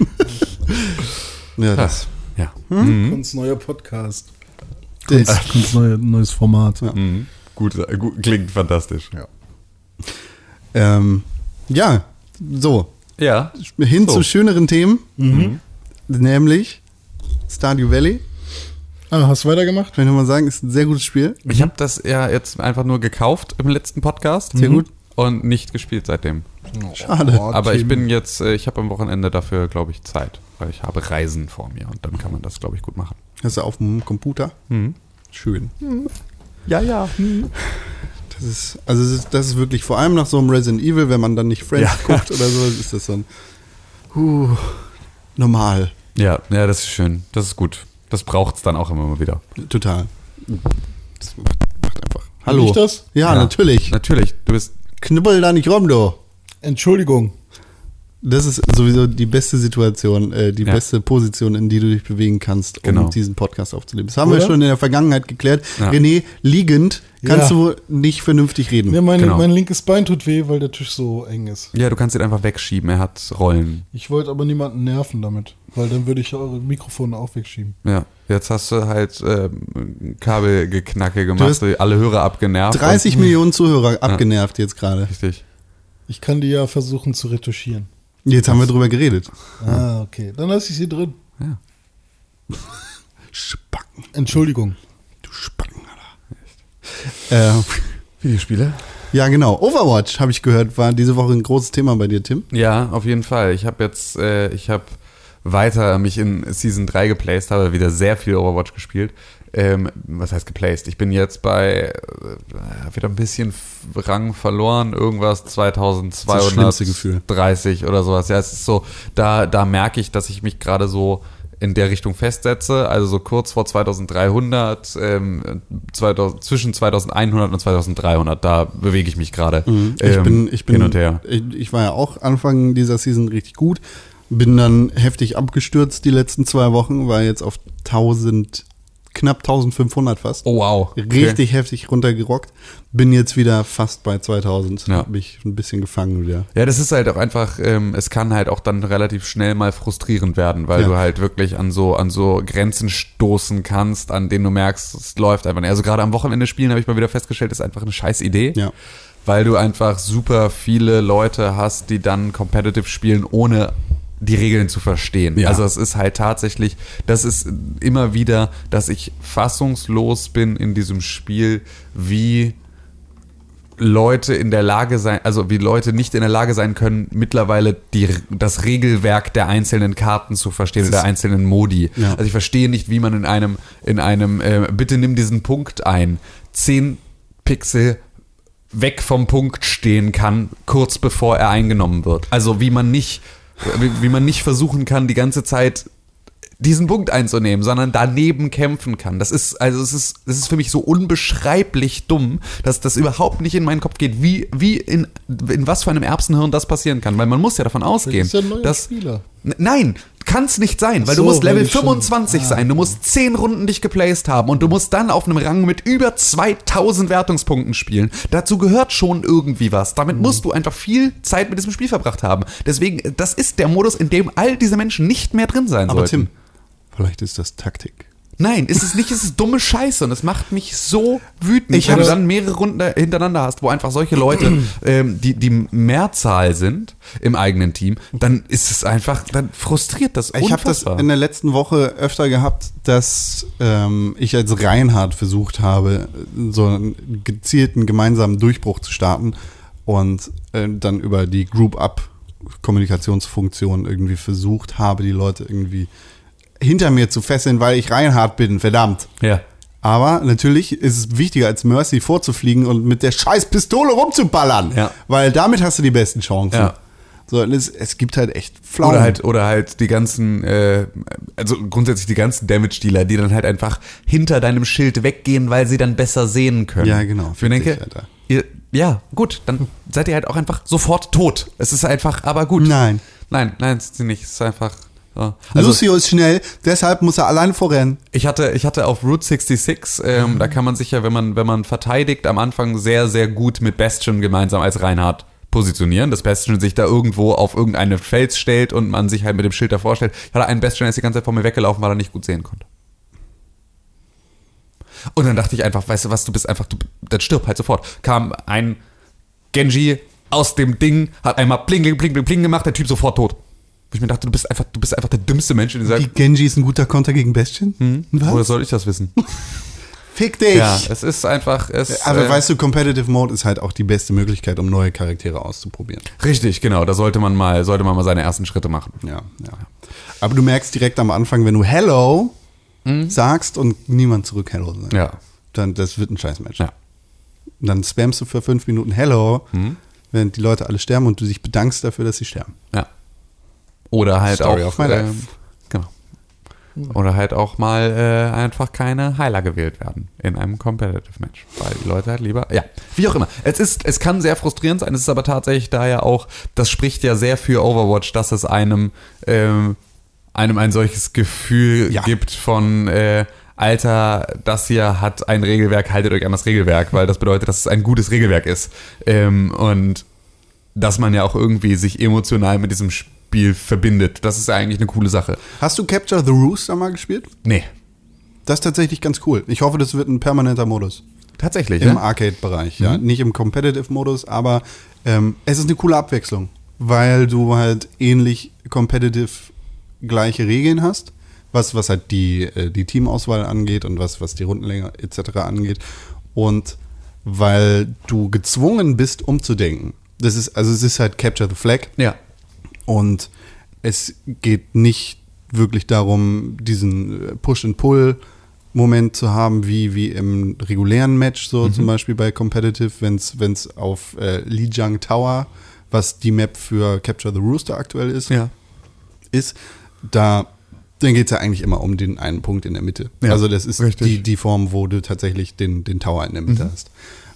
Ja, das. Ja. Kunst neuer Podcast. das. Kunst neues Format. Ja. Gut, klingt fantastisch. Ja. Ja, so. Ja. Hin So. zu schöneren Themen. Nämlich Stardew Valley. Ah, hast du weitergemacht? Kann ich nochmal sagen, ist ein sehr gutes Spiel. Ich habe das ja jetzt einfach nur gekauft im letzten Podcast. Sehr gut. Und nicht gespielt seitdem. Schade. Aber ich bin jetzt, ich habe am Wochenende dafür, glaube ich, Zeit. Weil ich habe Reisen vor mir und dann kann man das, glaube ich, gut machen. Hast du auf dem Computer? Schön. Ja. Das ist wirklich vor allem nach so einem Resident Evil, wenn man dann nicht Friends guckt oder so, ist das so ein normal. Ja, das ist schön. Das ist gut. Das braucht es dann auch immer mal wieder. Total. Das macht einfach. Hallo. Ich das? Ja, natürlich. Natürlich. Du bist. Knibbel da nicht rum, du. Entschuldigung. Das ist sowieso die beste Situation, die beste Position, in die du dich bewegen kannst, um Genau. diesen Podcast aufzunehmen. Das haben wir Oder? schon in der Vergangenheit geklärt. Ja. René, liegend kannst Ja. du nicht vernünftig reden. Ja, Genau. mein linkes Bein tut weh, weil der Tisch so eng ist. Ja, du kannst ihn einfach wegschieben. Er hat Rollen. Ich wollte aber niemanden nerven damit, weil dann würde ich eure Mikrofone auch wegschieben. Ja. Jetzt hast du halt Kabelgeknacke Du gemacht, hast alle Hörer abgenervt. 30 Millionen Zuhörer abgenervt jetzt gerade. Richtig. Ich kann die ja versuchen zu retuschieren. Jetzt haben wir drüber geredet. Ah, okay. Dann lasse ich sie drin. Ja. Spacken. Entschuldigung. Du Spacken, Alter. Videospiele? Ja, genau. Overwatch, habe ich gehört, war diese Woche ein großes Thema bei dir, Tim. Ja, auf jeden Fall. Ich habe jetzt, weiter mich in Season 3 geplaced, habe wieder sehr viel Overwatch gespielt. Was heißt geplaced? Ich bin jetzt bei wieder ein bisschen Rang verloren, irgendwas Das schlimmste Gefühl. 2230 oder sowas. Ja, es ist so, da merke ich, dass ich mich gerade so in der Richtung festsetze, also so kurz vor 2300, zwischen 2100 und 2300, da bewege ich mich gerade Ich bin hin und her. Ich war ja auch Anfang dieser Season richtig gut, bin dann heftig abgestürzt die letzten 2 Wochen, war jetzt auf knapp 1500 fast. Oh wow. Okay. Richtig heftig runtergerockt. Bin jetzt wieder fast bei 2000. Ja. Hab mich ein bisschen gefangen wieder. Ja, das ist halt auch einfach, es kann halt auch dann relativ schnell mal frustrierend werden, weil Ja. du halt wirklich an so Grenzen stoßen kannst, an denen du merkst, es läuft einfach nicht. Also gerade am Wochenende spielen habe ich mal wieder festgestellt, ist einfach eine scheiß Idee, Ja. weil du einfach super viele Leute hast, die dann competitive spielen, ohne die Regeln zu verstehen. Ja. Also es ist halt tatsächlich, das ist immer wieder, dass ich fassungslos bin in diesem Spiel, wie Leute in der Lage sein, also wie Leute nicht in der Lage sein können, mittlerweile das Regelwerk der einzelnen Karten zu verstehen, oder der einzelnen Modi. Ja. Also ich verstehe nicht, wie man in einem bitte nimm diesen Punkt ein, 10 Pixel weg vom Punkt stehen kann, kurz bevor er eingenommen wird. Also wie man nicht versuchen kann, die ganze Zeit diesen Punkt einzunehmen, sondern daneben kämpfen kann. Das ist für mich so unbeschreiblich dumm, dass das überhaupt nicht in meinen Kopf geht, wie in was für einem Erbsenhirn das passieren kann, weil man muss ja davon ausgehen, ist ja ein neuer dass Spieler. Nein, kann es nicht sein, weil So, du musst Level weil ich schon- 25 sein, du musst 10 Runden dich geplaced haben und du musst dann auf einem Rang mit über 2000 Wertungspunkten spielen. Dazu gehört schon irgendwie was. Damit musst du einfach viel Zeit mit diesem Spiel verbracht haben. Deswegen, das ist der Modus, in dem all diese Menschen nicht mehr drin sein Aber sollten. Tim, vielleicht ist das Taktik. Nein, ist es nicht, es ist dumme Scheiße und es macht mich so wütend, wenn du dann mehrere Runden hintereinander hast, wo einfach solche Leute, die Mehrzahl sind im eigenen Team, dann ist es einfach, dann frustriert das unfassbar. Ich habe das in der letzten Woche öfter gehabt, dass ich als Reinhard versucht habe, so einen gezielten gemeinsamen Durchbruch zu starten und dann über die Group-Up-Kommunikationsfunktion irgendwie versucht habe, die Leute irgendwie hinter mir zu fesseln, weil ich Reinhard bin, verdammt. Ja. Aber natürlich ist es wichtiger, als Mercy vorzufliegen und mit der scheiß Pistole rumzuballern. Ja. Weil damit hast du die besten Chancen. Ja. So, und es gibt halt echt Pflaumen. Oder halt die ganzen, also grundsätzlich die ganzen Damage-Dealer, die dann halt einfach hinter deinem Schild weggehen, weil sie dann besser sehen können. Ja, genau. Ich denke, ja, gut, dann seid ihr halt auch einfach sofort tot. Es ist einfach, aber gut. Nein. Nein, ist sie nicht. Es ist einfach. So. Lucio ist schnell, deshalb muss er alleine vorrennen. Ich hatte auf Route 66, da kann man sich ja, wenn man verteidigt, am Anfang sehr, sehr gut mit Bastion gemeinsam als Reinhard positionieren, dass Bastion sich da irgendwo auf irgendeine Fels stellt und man sich halt mit dem Schild davor stellt. Ich hatte einen Bastion, der ist die ganze Zeit vor mir weggelaufen, weil er nicht gut sehen konnte. Und dann dachte ich einfach, weißt du was, dann stirb halt sofort. Kam ein Genji aus dem Ding, hat einmal pling, pling, pling, pling, pling gemacht, der Typ sofort tot. Wo ich mir dachte, du bist einfach der dümmste Mensch in dieser... Die Genji ist ein guter Konter gegen Bastion? Was? Oder soll ich das wissen? Fick dich! Ja, es ist einfach... Aber weißt du, Competitive Mode ist halt auch die beste Möglichkeit, um neue Charaktere auszuprobieren. Richtig, genau. Da sollte man mal seine ersten Schritte machen. Ja. Aber du merkst direkt am Anfang, wenn du Hello sagst und niemand zurück Hello sagt, Ja. dann das wird ein Scheißmatch. Ja. Und dann spammst du für 5 Minuten Hello, während die Leute alle sterben und du dich bedankst dafür, dass sie sterben. Ja. Oder halt Story auch... of my life. Genau. Oder halt auch mal einfach keine Heiler gewählt werden in einem Competitive Match. Weil die Leute halt lieber... Ja, wie auch immer. Es kann sehr frustrierend sein. Es ist aber tatsächlich da ja auch... Das spricht ja sehr für Overwatch, dass es einem ein solches Gefühl gibt von... Alter, das hier hat ein Regelwerk, haltet euch an das Regelwerk, weil das bedeutet, dass es ein gutes Regelwerk ist. Und dass man ja auch irgendwie sich emotional mit diesem Spiel verbindet. Das ist ja eigentlich eine coole Sache. Hast du Capture the Rooster mal gespielt? Nee. Das ist tatsächlich ganz cool. Ich hoffe, das wird ein permanenter Modus. Tatsächlich, Im ja? Arcade-Bereich, ja. Nicht im Competitive-Modus, aber es ist eine coole Abwechslung, weil du halt ähnlich competitive gleiche Regeln hast, was halt die Teamauswahl angeht und was die Rundenlänge etc. angeht. Und weil du gezwungen bist, umzudenken. Es ist halt Capture the Flag. Ja. Und es geht nicht wirklich darum, diesen Push-and-Pull-Moment zu haben, wie im regulären Match, so zum Beispiel bei Competitive, wenn's auf Lijiang Tower, was die Map für Capture the Rooster aktuell ist, dann geht es ja eigentlich immer um den einen Punkt in der Mitte. Ja, also das ist richtig. die Form, wo du tatsächlich den Tower in der Mitte hast.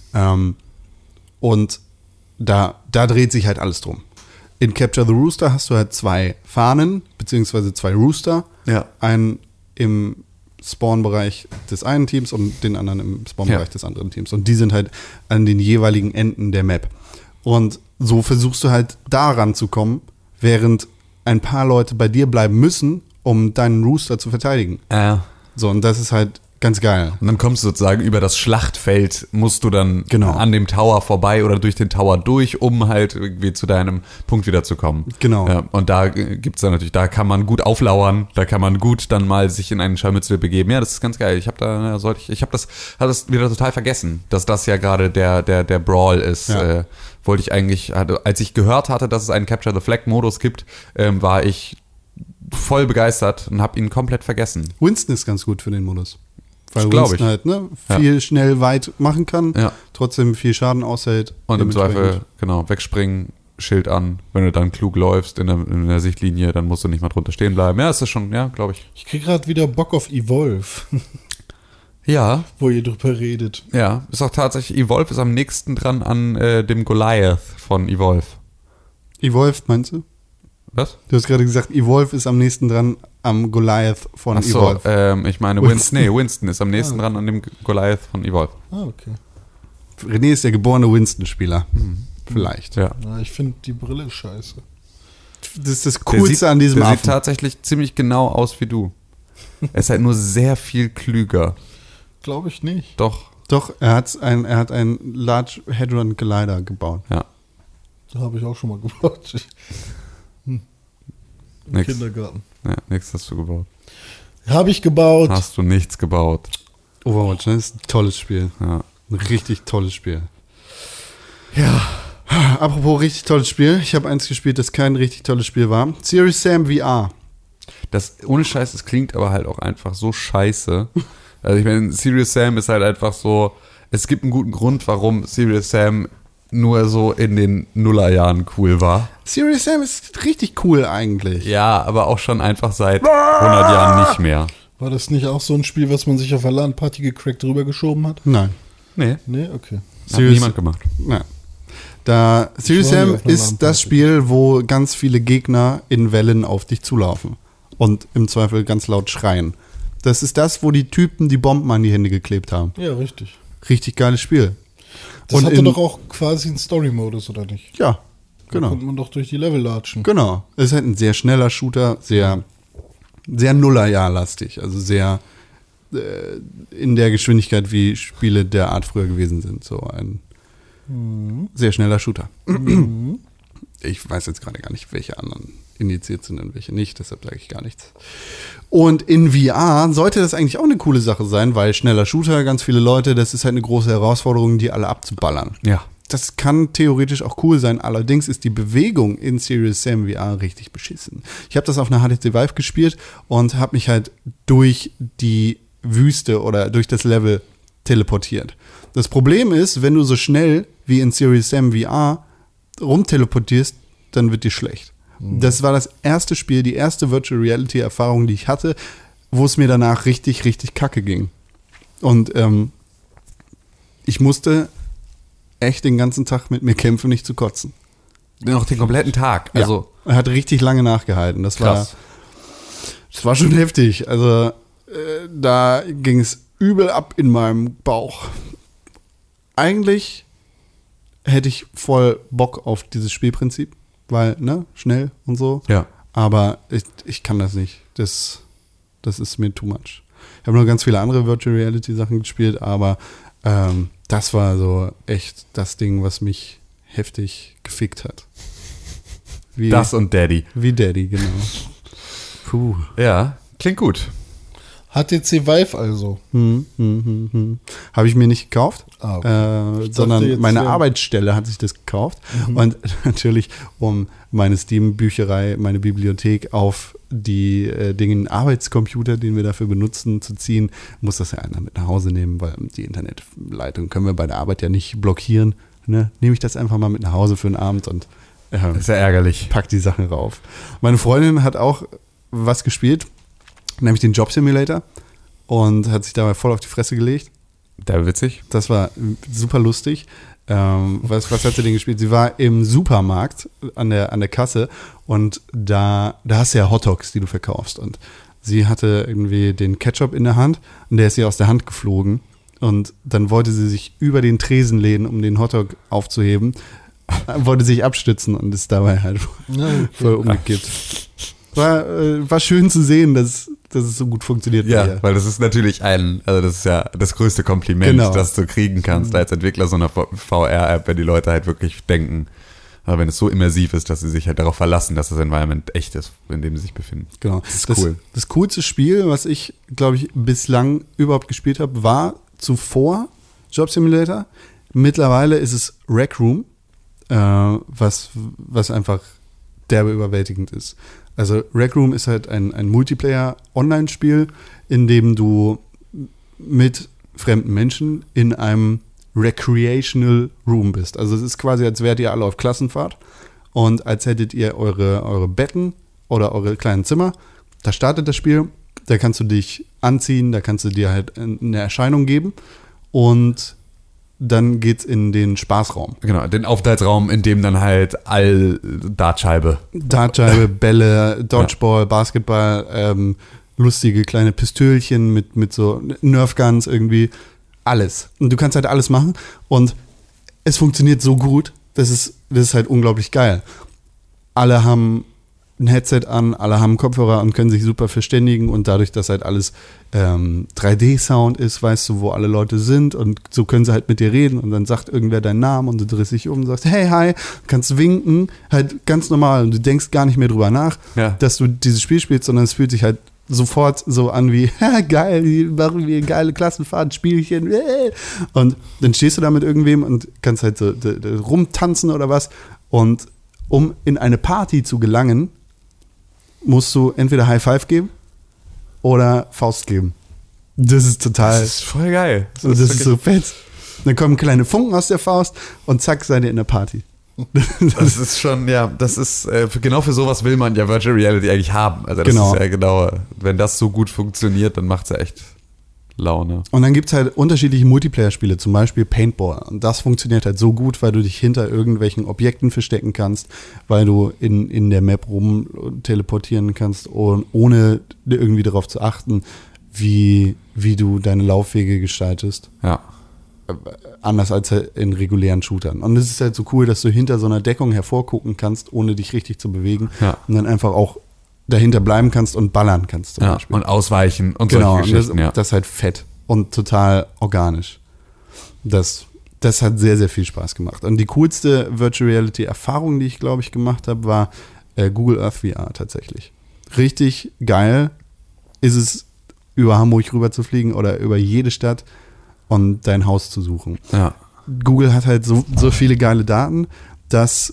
Und da dreht sich halt alles drum. In Capture the Rooster hast du halt 2 Fahnen, beziehungsweise 2 Rooster. Ja. Einen im Spawn-Bereich des einen Teams und den anderen im Spawn-Bereich des anderen Teams. Und die sind halt an den jeweiligen Enden der Map. Und so versuchst du halt da ranzukommen, während ein paar Leute bei dir bleiben müssen, um deinen Rooster zu verteidigen. So, und das ist halt ganz geil. Und dann kommst du sozusagen über das Schlachtfeld, musst du dann Genau. an dem Tower vorbei oder durch den Tower durch, um halt irgendwie zu deinem Punkt wieder zu kommen. Genau. Ja, und da gibt's dann natürlich, da kann man gut auflauern, da kann man gut dann mal sich in einen Scharmützel begeben. Ja, das ist ganz geil. Ich habe das wieder total vergessen, dass das ja gerade der Brawl ist. Ja. Wollte ich eigentlich, als ich gehört hatte, dass es einen Capture the Flag Modus gibt, war ich voll begeistert und habe ihn komplett vergessen. Winston ist ganz gut für den Modus. Weil Glaub Winston ich. halt viel schnell weit machen kann, Ja. trotzdem viel Schaden aushält. Und im Dementsprechend. Zweifel, genau, wegspringen, Schild an. Wenn du dann klug läufst in der Sichtlinie, dann musst du nicht mal drunter stehen bleiben. Ja, ist das schon, ja, glaube ich. Ich krieg gerade wieder Bock auf Evolve, Ja, wo ihr drüber redet. ja. Ist auch tatsächlich, Evolve ist am nächsten dran an dem Goliath von Evolve. Evolve, meinst du? Was? Du hast gerade gesagt, Evolve ist am nächsten dran am Goliath von Achso, Evolve. ich meine Winston ist am nächsten dran an dem Goliath von Evolve. Ah, okay. René ist der geborene Winston-Spieler. Vielleicht. Ja. Na, ich finde die Brille scheiße. Das ist das Coolste an diesem Der sieht Affen. tatsächlich ziemlich genau aus wie du. Er ist halt nur sehr viel klüger. Glaube ich nicht. Doch, Doch, er hat einen Large Hadron Collider gebaut. ja. Da habe ich auch schon mal gebaut. Im Nix. Kindergarten. Ja, nichts hast du gebaut. Habe ich gebaut. Hast du nichts gebaut. Overwatch, ne? Ist ein tolles Spiel. Ja. Ein richtig tolles Spiel. Ja. Apropos richtig tolles Spiel. Ich habe eins gespielt, das kein richtig tolles Spiel war. Serious Sam VR. Das, ohne Scheiß, es klingt aber halt auch einfach so scheiße. Also ich meine, Serious Sam ist halt einfach so, es gibt einen guten Grund, warum Serious Sam nur so in den Nullerjahren cool war. Serious Sam ist richtig cool eigentlich. Ja, aber auch schon einfach seit 100 Jahren nicht mehr. War das nicht auch so ein Spiel, was man sich auf der LAN-Party gecrackt rübergeschoben hat? Nein. Nee, Nee, okay. hat niemand gemacht. Nein. Serious war nie Sam auf einer ist LAN-Party. das Spiel, wo ganz viele Gegner in Wellen auf dich zulaufen. Und im Zweifel ganz laut schreien. Das ist das, wo die Typen die Bomben an die Hände geklebt haben. Ja, richtig. Richtig geiles Spiel. Das Und hatte in- doch auch quasi einen Story-Modus, oder nicht? Ja, Da genau. konnte man doch durch die Level latschen. Genau. Es ist halt ein sehr schneller Shooter, sehr Nullerjahr-lastig. Also sehr in der Geschwindigkeit, wie Spiele der Art früher gewesen sind. So ein sehr schneller Shooter. Ich weiß jetzt gerade gar nicht, welche anderen indiziert sind und welche nicht, deshalb sage ich gar nichts. Und in VR sollte das eigentlich auch eine coole Sache sein, weil schneller Shooter, ganz viele Leute, das ist halt eine große Herausforderung, die alle abzuballern. Ja. Das kann theoretisch auch cool sein, allerdings ist die Bewegung in Serious Sam VR richtig beschissen. Ich habe das auf einer HTC Vive gespielt und habe mich halt durch die Wüste oder durch das Level teleportiert. Das Problem ist, wenn du so schnell wie in Serious Sam VR rumteleportierst, dann wird dir schlecht. Das war das erste Spiel, die erste Virtual Reality Erfahrung, die ich hatte, wo es mir danach richtig, richtig kacke ging. Und ich musste echt den ganzen Tag mit mir kämpfen, nicht zu kotzen. Noch den kompletten Tag. Also, ja, er hat richtig lange nachgehalten. Das krass. war schon heftig. Also da ging es übel ab in meinem Bauch. Eigentlich hätte ich voll Bock auf dieses Spielprinzip, weil, ne, schnell und so. Ja. Aber ich kann das nicht. Das ist mir too much. Ich habe noch ganz viele andere Virtual Reality Sachen gespielt, aber das war so echt das Ding, was mich heftig gefickt hat. Wie, Das und Daddy. wie Daddy, genau. Puh. Ja, klingt gut. HTC Vive also. Habe ich mir nicht gekauft, Ah, okay. Ich dachte sondern jetzt, meine ja. Arbeitsstelle hat sich das gekauft. Und natürlich, um meine Steam-Bücherei, meine Bibliothek auf die Dinge Arbeitscomputer, den wir dafür benutzen, zu ziehen, muss das ja einer mit nach Hause nehmen, weil die Internetleitung können wir bei der Arbeit ja nicht blockieren. Ne? Nehme ich das einfach mal mit nach Hause für einen Abend und Das ist ja ärgerlich. pack die Sachen rauf. Meine Freundin hat auch was gespielt, nämlich den Job Simulator und hat sich dabei voll auf die Fresse gelegt. Der witzig. Das war super lustig. Was hat sie denn gespielt? Sie war im Supermarkt an der Kasse und da hast du ja Hotdogs, die du verkaufst. Und sie hatte irgendwie den Ketchup in der Hand und der ist ihr aus der Hand geflogen. Und dann wollte sie sich über den Tresen lehnen, um den Hotdog aufzuheben, wollte sich abstützen und ist dabei halt voll umgekippt. War schön zu sehen, dass es so gut funktioniert. Ja, bei ihr. weil das ist natürlich also das ist ja das größte Kompliment, Genau. das du kriegen kannst als Entwickler so einer VR-App, wenn die Leute halt wirklich denken, aber wenn es so immersiv ist, dass sie sich halt darauf verlassen, dass das Environment echt ist, in dem sie sich befinden. Genau. Das ist cool. Das coolste Spiel, was ich, glaube ich, bislang überhaupt gespielt habe, war zuvor Job Simulator. Mittlerweile ist es Rec Room, was einfach derbe überwältigend ist. Also Rec Room ist halt ein Multiplayer-Online-Spiel, in dem du mit fremden Menschen in einem Recreational Room bist. Also es ist quasi, als wärt ihr alle auf Klassenfahrt und als hättet ihr eure Betten oder eure kleinen Zimmer. Da startet das Spiel, da kannst du dich anziehen, da kannst du dir halt eine Erscheinung geben und dann geht's in den Spaßraum. Genau, den Aufenthaltsraum, in dem dann halt Dartscheibe. Dartscheibe, Bälle, Dodgeball, Basketball, lustige kleine Pistölchen mit so Nerfguns irgendwie. Alles. Und du kannst halt alles machen und es funktioniert so gut, das ist halt unglaublich geil. Alle haben ein Headset an, alle haben Kopfhörer und können sich super verständigen und dadurch, dass halt alles 3D-Sound ist, weißt du, wo alle Leute sind und so können sie halt mit dir reden und dann sagt irgendwer deinen Namen und du drehst dich um und sagst, hey, hi, kannst winken, halt ganz normal und du denkst gar nicht mehr drüber nach, dass du dieses Spiel spielst, sondern es fühlt sich halt sofort so an wie, geil, die machen wir geile Klassenfahrtspielchen und dann stehst du da mit irgendwem und kannst halt so rumtanzen oder was und um in eine Party zu gelangen, musst du entweder High Five geben oder Faust geben. Das ist total. Das ist voll geil. Das ist so fett. Dann kommen kleine Funken aus der Faust und zack, seid ihr in der Party. Das ist schon, das ist, genau für sowas will man ja Virtual Reality eigentlich haben. Also das Genau. ist ja genau, wenn das so gut funktioniert, dann macht es ja echt Laune. Und dann gibt es halt unterschiedliche Multiplayer-Spiele, zum Beispiel Paintball. Und das funktioniert halt so gut, weil du dich hinter irgendwelchen Objekten verstecken kannst, weil du in der Map rum teleportieren kannst, ohne irgendwie darauf zu achten, wie du deine Laufwege gestaltest. Ja. Anders als in regulären Shootern. Und es ist halt so cool, dass du hinter so einer Deckung hervorgucken kannst, ohne dich richtig zu bewegen. Ja. Und dann einfach auch dahinter bleiben kannst und ballern kannst zum Beispiel. Und ausweichen und Genau, solche Geschichten, das ist halt fett und total organisch. Das hat sehr, sehr viel Spaß gemacht. Und die coolste Virtual Reality Erfahrung, die ich, glaube ich, gemacht habe, war Google Earth VR tatsächlich. Richtig geil ist es, über Hamburg rüber zu fliegen oder über jede Stadt und dein Haus zu suchen. Ja. Google hat halt so viele geile Daten, dass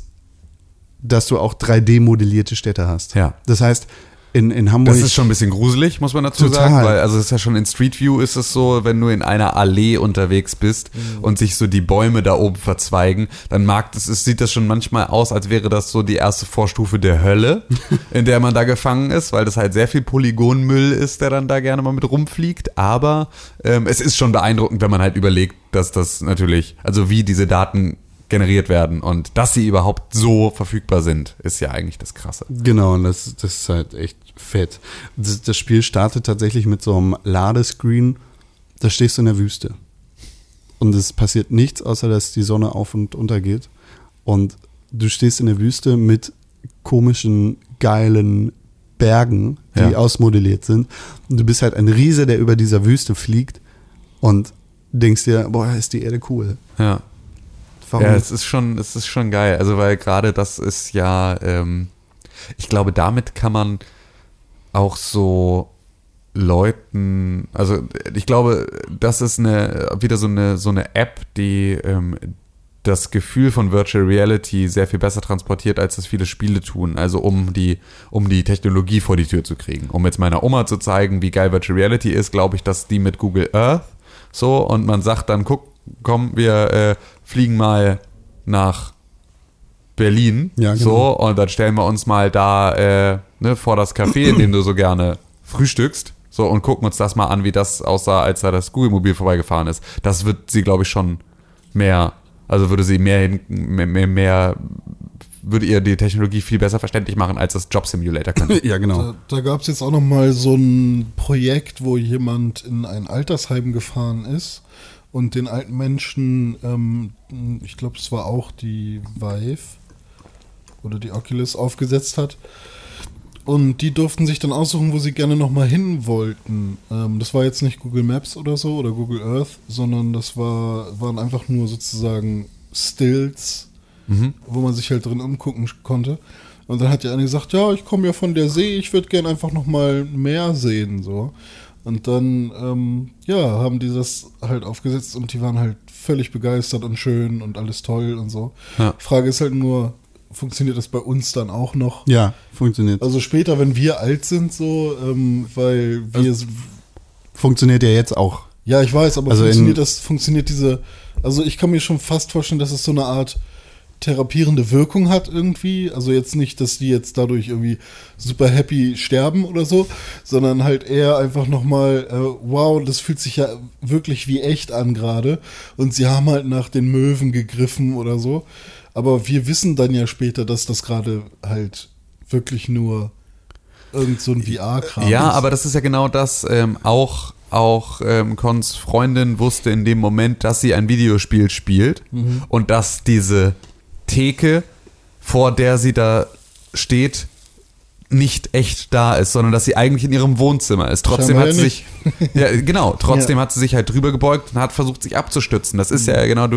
du auch 3D-modellierte Städte hast. Ja. Das heißt, in Hamburg. Das ist schon ein bisschen gruselig, muss man dazu Total. sagen, weil also es ist ja schon in Street View ist es so, wenn du in einer Allee unterwegs bist und sich so die Bäume da oben verzweigen, dann sieht das schon manchmal aus, als wäre das so die erste Vorstufe der Hölle, in der man da gefangen ist, weil das halt sehr viel Polygonmüll ist, der dann da gerne mal mit rumfliegt, aber es ist schon beeindruckend, wenn man halt überlegt, dass das natürlich, also wie diese Daten generiert werden und dass sie überhaupt so verfügbar sind, ist ja eigentlich das Krasse. Genau, und das ist halt echt fett. Das Spiel startet tatsächlich mit so einem Ladescreen, da stehst du in der Wüste. Und es passiert nichts, außer dass die Sonne auf und untergeht. Und du stehst in der Wüste mit komischen, geilen Bergen, die ausmodelliert sind. Und du bist halt ein Riese, der über dieser Wüste fliegt und denkst dir, boah, ist die Erde cool. Ja. Warum? Ja, es ist schon geil. Also, weil gerade das ist ja, ich glaube, damit kann man auch so Leuten, also ich glaube, das ist wieder so eine App, die das Gefühl von Virtual Reality sehr viel besser transportiert, als das viele Spiele tun. Also um die Technologie vor die Tür zu kriegen. Um jetzt meiner Oma zu zeigen, wie geil Virtual Reality ist, glaube ich, dass die mit Google Earth so und man sagt dann, komm, wir fliegen mal nach Berlin, Ja, genau. so, und dann stellen wir uns mal da vor das Café, in dem du so gerne frühstückst, so, und gucken uns das mal an, wie das aussah, als da das Google-Mobil vorbeigefahren ist. Das wird sie, glaube ich, schon mehr, also würde ihr die Technologie viel besser verständlich machen, als das Job Simulator könnte. Ja, genau. Da gab es jetzt auch noch mal so ein Projekt, wo jemand in ein Altersheim gefahren ist und den alten Menschen, ich glaube, es war auch die Vive oder die Oculus aufgesetzt hat. Und die durften sich dann aussuchen, wo sie gerne noch mal hin wollten. Das war jetzt nicht Google Maps oder so oder Google Earth, sondern das waren einfach nur sozusagen Stills, wo man sich halt drin umgucken konnte. Und dann hat der eine gesagt, ja, ich komme ja von der See, ich würde gerne einfach noch mal mehr sehen, so. Und dann, haben die das halt aufgesetzt und die waren halt völlig begeistert und schön und alles toll und so. Ja. Frage ist halt nur, funktioniert das bei uns dann auch noch? Ja, funktioniert. Also später, wenn wir alt sind, so, weil wir... Funktioniert ja jetzt auch. Ja, ich weiß, aber Also funktioniert diese... Also ich kann mir schon fast vorstellen, dass es so eine Art therapierende Wirkung hat irgendwie. Also jetzt nicht, dass die jetzt dadurch irgendwie super happy sterben oder so, sondern halt eher einfach nochmal, wow, das fühlt sich ja wirklich wie echt an gerade. Und sie haben halt nach den Möwen gegriffen oder so. Aber wir wissen dann ja später, dass das gerade halt wirklich nur irgend so ein VR-Kram Ja, ist. aber das ist ja genau das, auch Cons Freundin wusste in dem Moment, dass sie ein Videospiel spielt und dass diese Theke, vor der sie da steht, nicht echt da ist, sondern dass sie eigentlich in ihrem Wohnzimmer ist. Trotzdem Scheinbar hat sie ja sich, ja genau, trotzdem hat sie sich halt drüber gebeugt und hat versucht, sich abzustützen. Das ist ja genau,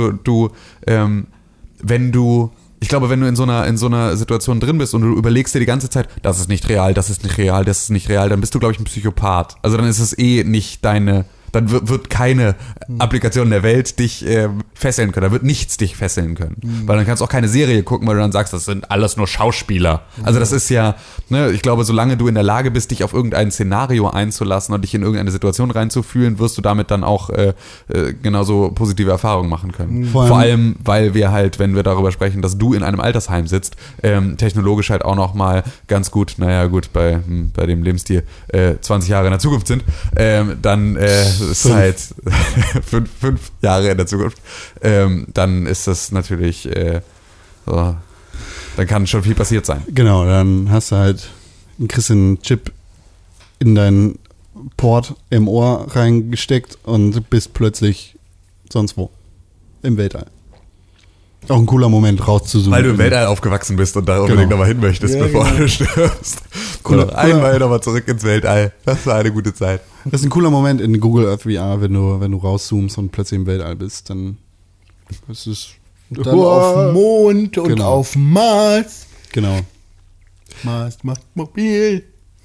ich glaube, wenn du in so einer Situation drin bist und du überlegst dir die ganze Zeit, das ist nicht real, das ist nicht real, das ist nicht real, dann bist du, glaube ich, ein Psychopath. Also dann ist es nicht dann wird keine Applikation der Welt dich fesseln können. Da wird nichts dich fesseln können. Weil dann kannst du auch keine Serie gucken, weil du dann sagst, das sind alles nur Schauspieler. Also das ist ja, ne, ich glaube, solange du in der Lage bist, dich auf irgendein Szenario einzulassen und dich in irgendeine Situation reinzufühlen, wirst du damit dann auch genauso positive Erfahrungen machen können. Vor allem, weil wir halt, wenn wir darüber sprechen, dass du in einem Altersheim sitzt, technologisch halt auch nochmal ganz gut, bei dem Lebensstil 20 Jahre in der Zukunft sind, dann ist halt 5 Jahre in der Zukunft, dann ist das natürlich so, dann kann schon viel passiert sein. Genau, dann hast du halt kriegst einen Chip in deinen Port im Ohr reingesteckt und bist plötzlich sonst wo. Im Weltall. Auch ein cooler Moment rauszuzoomen. Weil du im Weltall aufgewachsen bist und da unbedingt nochmal hin möchtest, bevor du stirbst. Einmal nochmal zurück ins Weltall. Das war eine gute Zeit. Das ist ein cooler Moment in Google Earth VR, wenn du rauszoomst und plötzlich im Weltall bist, dann ist es dann auf dem Mond und auf Mars. Genau. Mars macht mobil.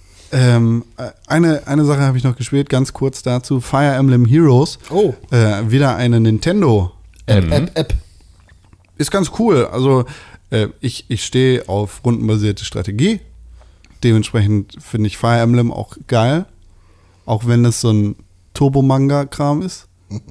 Eine Sache habe ich noch gespielt, ganz kurz dazu. Fire Emblem Heroes. Oh. Wieder eine Nintendo App. Ist ganz cool. Also ich stehe auf rundenbasierte Strategie. Dementsprechend finde ich Fire Emblem auch geil. Auch wenn das so ein Turbo-Manga-Kram ist.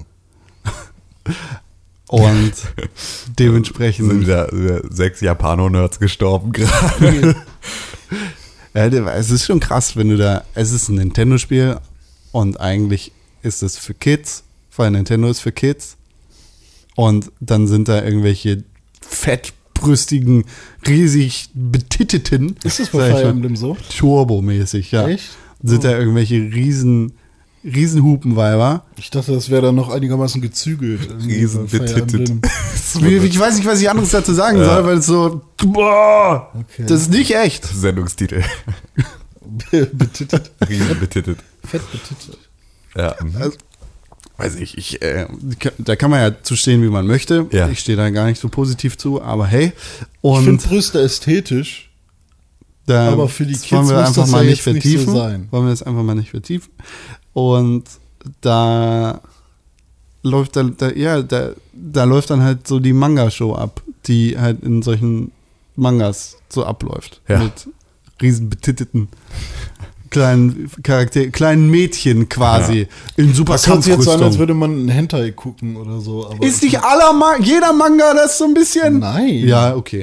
Und dementsprechend Sind wieder 6 Japano-Nerds gestorben gerade. Ja, es ist schon krass, wenn es ist ein Nintendo-Spiel und eigentlich ist es für Kids, weil Nintendo ist für Kids. Und dann sind da irgendwelche fettbrüstigen, riesig betitteten. Ist das bei Fire Emblem so? Turbo-mäßig, ja. Echt? Sind da irgendwelche Riesenhupenweiber. Ich dachte, das wäre dann noch einigermaßen gezügelt. Riesenbetittet. Ich weiß nicht, was ich anderes dazu sagen soll, weil es so, boah, Okay. das ist nicht echt. Sendungstitel. Betittet. Riesenbetittet. Fett betittet. Ja. Weiß ich, da kann man ja zu stehen, wie man möchte. Ja. Ich stehe da gar nicht so positiv zu, aber hey. Ich Und finde Brüste ästhetisch. da aber für die Kids wollen wir muss einfach das mal ja nicht jetzt nicht so vertiefen. sein. Wollen wir das einfach mal nicht vertiefen. Und da läuft da läuft dann halt so die Manga-Show ab, die halt in solchen Mangas so abläuft. Ja. Mit riesen betitteten kleinen Mädchen quasi in super Das hört sich jetzt so an, als Kampfrüstung. würde man einen Hentai gucken oder so. Aber Ist nicht jeder Manga das so ein bisschen? Nein. Ja, okay.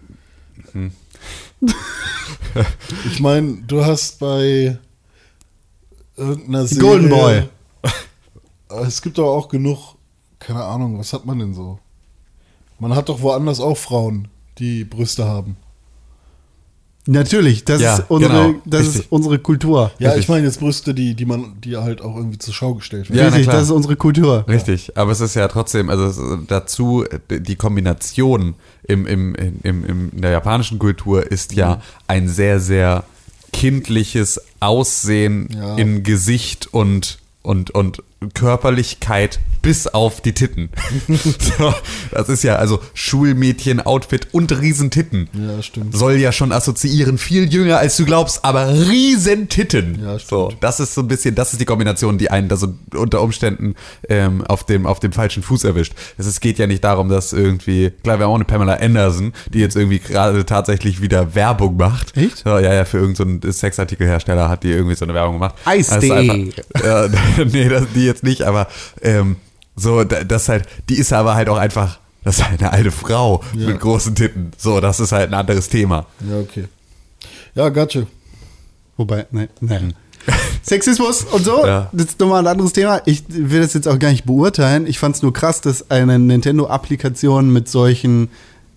Ich meine, du hast bei irgendeiner Serie... Golden Boy. Es gibt aber auch genug, keine Ahnung, was hat man denn so? Man hat doch woanders auch Frauen, die Brüste haben. Natürlich, das Ja, ist unsere, genau, das richtig. ist unsere Kultur. Ja, Richtig. ich meine jetzt Brüste, die halt auch irgendwie zur Schau gestellt werden. Ja, na Richtig, klar. das ist unsere Kultur. Richtig, aber es ist ja trotzdem, also dazu, die Kombination in der japanischen Kultur ist ja ein sehr, sehr kindliches Aussehen Ja. in Gesicht und Körperlichkeit bis auf die Titten. So, das ist ja also Schulmädchen-Outfit und Riesentitten. Ja, stimmt. Soll ja schon assoziieren, viel jünger als du glaubst, aber Riesentitten. Ja, stimmt. So, das ist so ein bisschen, das ist die Kombination, die einen da so unter Umständen auf dem falschen Fuß erwischt. Es geht ja nicht darum, dass irgendwie, klar, wir haben auch eine Pamela Anderson, die jetzt irgendwie gerade tatsächlich wieder Werbung macht. Echt? So, ja, für irgendeinen so Sexartikelhersteller hat die irgendwie so eine Werbung gemacht. Eis.de. Das ist einfach- nee, die jetzt nicht, aber so, das halt, die ist aber halt auch einfach, das ist halt eine alte Frau Ja. mit großen Titten. So, das ist halt ein anderes Thema. Ja, okay. Ja, gotcha. Wobei, nein. Sexismus und so, Ja. das ist nochmal ein anderes Thema. Ich will das jetzt auch gar nicht beurteilen. Ich fand es nur krass, dass eine Nintendo-Applikation mit solchen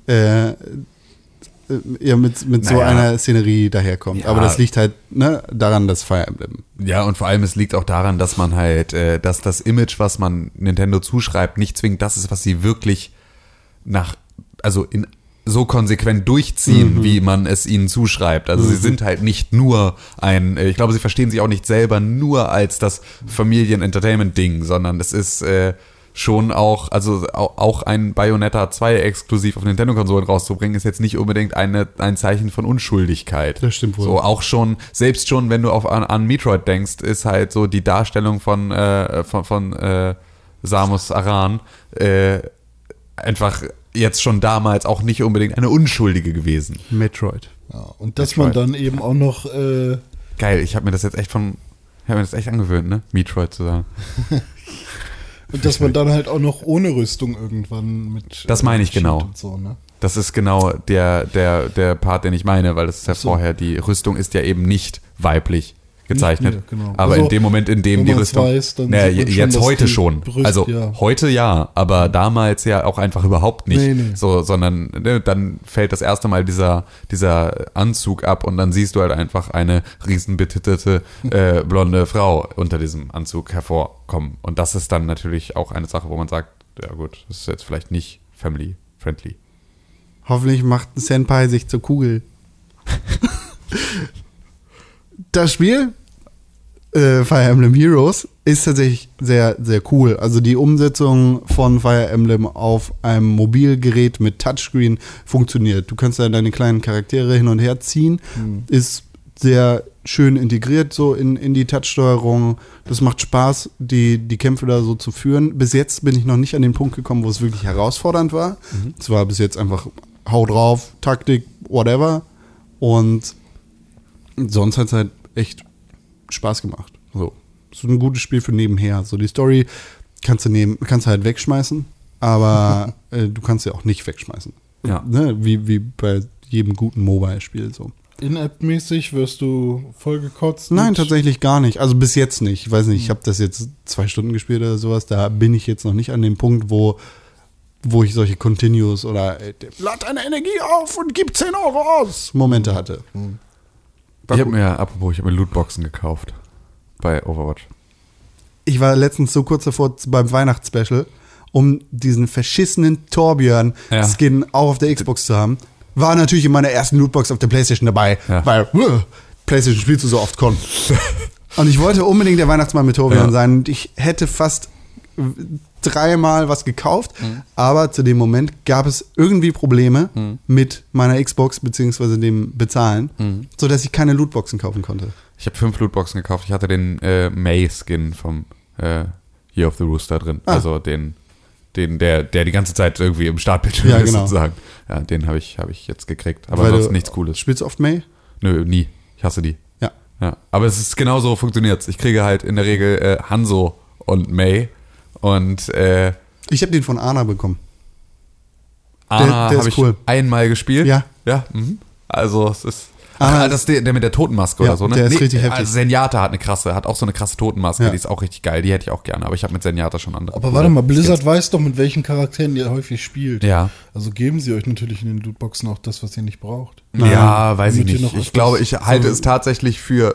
mit so Naja. einer Szenerie daherkommt. Ja. Aber das liegt halt daran, dass Fire Emblem. Ja, und vor allem, es liegt auch daran, dass man halt, dass das Image, was man Nintendo zuschreibt, nicht zwingend das ist, was sie wirklich so konsequent durchziehen, wie man es ihnen zuschreibt. Also sie sind halt nicht nur ich glaube, sie verstehen sich auch nicht selber nur als das Familien-Entertainment-Ding, sondern es ist schon auch, also auch ein Bayonetta 2 exklusiv auf Nintendo-Konsolen rauszubringen, ist jetzt nicht unbedingt ein Zeichen von Unschuldigkeit. Das stimmt wohl. So auch schon, selbst schon, wenn du an Metroid denkst, ist halt so die Darstellung von Samus Aran einfach jetzt schon damals auch nicht unbedingt eine Unschuldige gewesen. Metroid. Ja, und dass man dann eben auch noch Geil, ich habe mir das jetzt echt angewöhnt, ne? Metroid zu sagen. und dass man dann halt auch noch ohne Rüstung irgendwann mit Das meine ich genau. und so, ne? Das ist genau der Part, den ich meine, weil das ist ja vorher, die Rüstung ist ja eben nicht weiblich gezeichnet. Nee, genau. Aber Also, in dem Moment, in dem wenn die man's Rüstung. weiß, dann Naja, sieht man schon, jetzt dass heute die schon. Brüste, Also ja. heute ja, aber damals ja auch einfach überhaupt nicht. Nee. So, sondern dann fällt das erste Mal dieser Anzug ab und dann siehst du halt einfach eine riesenbetittete blonde Frau unter diesem Anzug hervorkommen. Und das ist dann natürlich auch eine Sache, wo man sagt, ja gut, das ist jetzt vielleicht nicht family-friendly. Hoffentlich macht ein Senpai sich zur Kugel. Das Spiel, Fire Emblem Heroes, ist tatsächlich sehr, sehr cool. Also die Umsetzung von Fire Emblem auf einem Mobilgerät mit Touchscreen funktioniert. Du kannst da deine kleinen Charaktere hin und her ziehen. Ist sehr schön integriert so in die Touch-Steuerung. Das macht Spaß, die Kämpfe da so zu führen. Bis jetzt bin ich noch nicht an den Punkt gekommen, wo es wirklich herausfordernd war. Es war bis jetzt einfach hau drauf, Taktik, whatever. Und sonst hat es halt echt Spaß gemacht. So. Es ist ein gutes Spiel für nebenher. So die Story kannst du halt wegschmeißen, aber du kannst sie auch nicht wegschmeißen. Ja. Ne? Wie bei jedem guten Mobile-Spiel so. In-App-mäßig wirst du voll gekotzt? Nein, mit- tatsächlich gar nicht. Also bis jetzt nicht. Ich weiß nicht, ich habe das jetzt 2 Stunden gespielt oder sowas. Da bin ich jetzt noch nicht an dem Punkt, wo ich solche Continues oder lad deine Energie auf und gib 10 Euro aus Momente hatte. Ich habe mir Lootboxen gekauft bei Overwatch. Ich war letztens so kurz davor beim Weihnachtsspecial, um diesen verschissenen Torbjörn-Skin auch auf der Xbox zu haben. War natürlich in meiner ersten Lootbox auf der PlayStation dabei, weil PlayStation spielst du so oft Con. Und ich wollte unbedingt der Weihnachtsmann mit Torbjörn sein und ich hätte fast 3-mal was gekauft, aber zu dem Moment gab es irgendwie Probleme mit meiner Xbox beziehungsweise dem Bezahlen, sodass ich keine Lootboxen kaufen konnte. Ich habe 5 Lootboxen gekauft. Ich hatte den May-Skin vom Year of the Rooster drin. Also der die ganze Zeit irgendwie im Startbildschirm ist genau. sozusagen. Ja, den habe ich jetzt gekriegt. Aber Weil sonst du nichts Cooles. Spielst du oft May? Nö, nie. Ich hasse die. Ja. Aber es ist genauso funktioniert's. Ich kriege halt in der Regel Hanzo und May. Und Ich habe den von Ana bekommen. Ana der habe ist ich cool. einmal gespielt. Ja. Ja. Mhm. Also es ist. Ana Das ist der mit der Totenmaske Ja, oder so, ne? der ist richtig heftig. Also Zenyatta hat auch so eine krasse Totenmaske, Ja. die ist auch richtig geil. Die hätte ich auch gerne, aber ich habe mit Zenyatta schon andere. Aber warte mal, Blizzard weiß doch, mit welchen Charakteren ihr häufig spielt. Ja. Also geben sie euch natürlich in den Lootboxen auch das, was ihr nicht braucht. Ja, weiß ich Damit ihr nicht. noch Ich was- glaube, ich halte so- es tatsächlich für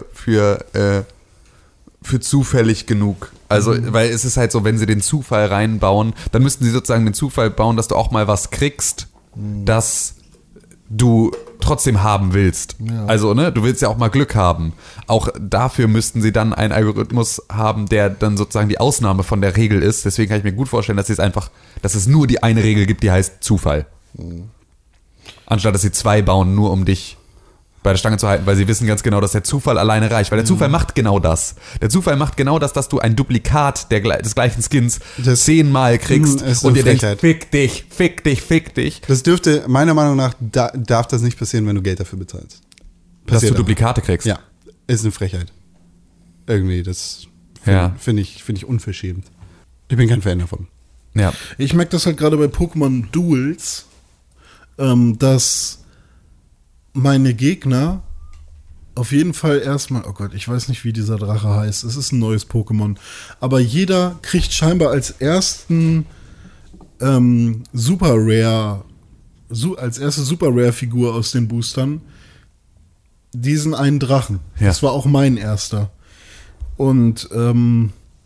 zufällig genug. Also, weil es ist halt so, wenn sie den Zufall reinbauen, dann müssten sie sozusagen den Zufall bauen, dass du auch mal was kriegst, das du trotzdem haben willst. Ja. Also, ne, du willst ja auch mal Glück haben. Auch dafür müssten sie dann einen Algorithmus haben, der dann sozusagen die Ausnahme von der Regel ist. Deswegen kann ich mir gut vorstellen, dass es nur die eine Regel gibt, die heißt Zufall. Anstatt dass sie 2 bauen, nur um dich bei der Stange zu halten, weil sie wissen ganz genau, dass der Zufall alleine reicht. Weil der Zufall macht genau das. Der Zufall macht genau das, dass du ein Duplikat des gleichen Skins Das 10-mal kriegst ist so und dir denkst, Frechheit. fick dich, fick dich, fick dich. Das dürfte, meiner Meinung nach, darf das nicht passieren, wenn du Geld dafür bezahlst. Dass du Passiert aber. Duplikate kriegst. Ja, ist eine Frechheit. Irgendwie, das Ja. finde ich unverschämt. Ich bin kein Fan davon. Ja. Ich merke das halt gerade bei Pokémon Duels, dass meine Gegner auf jeden Fall erstmal, oh Gott, ich weiß nicht, wie dieser Drache heißt. Es ist ein neues Pokémon. Aber jeder kriegt scheinbar als ersten Super Rare, als erste Super Rare Figur aus den Boostern diesen einen Drachen. Ja. Das war auch mein erster. Und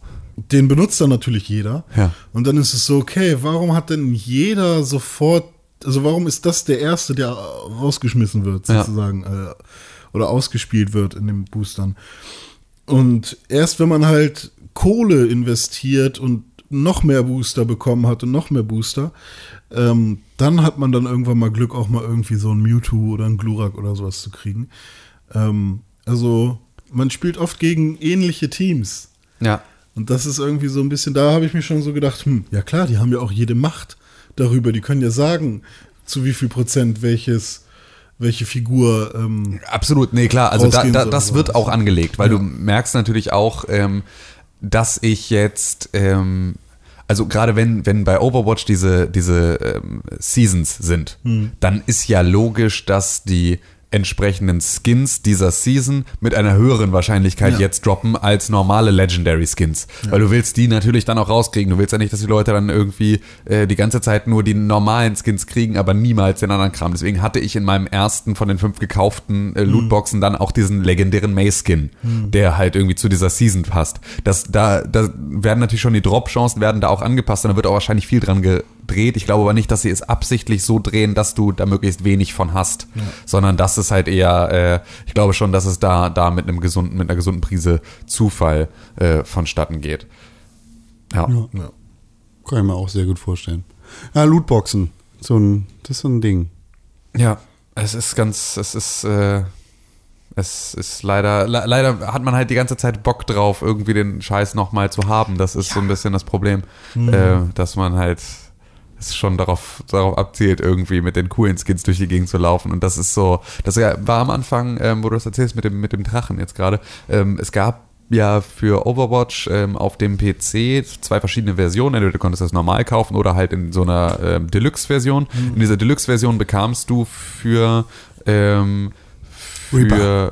den benutzt dann natürlich jeder. Ja. Und dann ist es so, okay, warum hat denn jeder sofort also warum ist das der Erste, der rausgeschmissen wird, sozusagen, oder ausgespielt wird in den Boostern? Und erst wenn man halt Kohle investiert und noch mehr Booster bekommen hat und noch mehr Booster, dann hat man dann irgendwann mal Glück, auch mal irgendwie so ein Mewtwo oder ein Glurak oder sowas zu kriegen. Also man spielt oft gegen ähnliche Teams. Ja. Und das ist irgendwie so ein bisschen, da habe ich mir schon so gedacht, ja klar, die haben ja auch jede Macht darüber. Die können ja sagen, zu wie viel Prozent welche Figur absolut, nee, klar, also das wird auch angelegt, weil Ja. du merkst natürlich auch, dass ich jetzt, also gerade wenn bei Overwatch diese Seasons sind, dann ist ja logisch, dass die entsprechenden Skins dieser Season mit einer höheren Wahrscheinlichkeit jetzt droppen als normale Legendary Skins. Weil du willst die natürlich dann auch rauskriegen. Du willst ja nicht, dass die Leute dann irgendwie die ganze Zeit nur die normalen Skins kriegen, aber niemals den anderen Kram. Deswegen hatte ich in meinem ersten von den 5 gekauften Lootboxen dann auch diesen legendären May-Skin, der halt irgendwie zu dieser Season passt. Da werden natürlich schon die Drop-Chancen werden da auch angepasst und da wird auch wahrscheinlich viel dran gedreht. Ich glaube aber nicht, dass sie es absichtlich so drehen, dass du da möglichst wenig von hast, sondern dass es halt eher, ich glaube schon, dass es da mit einer gesunden Prise Zufall vonstatten geht. Ja. Ja. Kann ich mir auch sehr gut vorstellen. Ja, Lootboxen. Das ist so ein Ding. Ja, es ist leider hat man halt die ganze Zeit Bock drauf, irgendwie den Scheiß nochmal zu haben. Das ist so ein bisschen das Problem, dass man halt es schon darauf abzielt, irgendwie mit den coolen Skins durch die Gegend zu laufen. Und das ist so, das war am Anfang, wo du das erzählst mit dem Drachen jetzt gerade, es gab ja für Overwatch auf dem PC 2 verschiedene Versionen. Entweder du konntest das normal kaufen oder halt in so einer Deluxe-Version. In dieser Deluxe-Version bekamst du für Reaper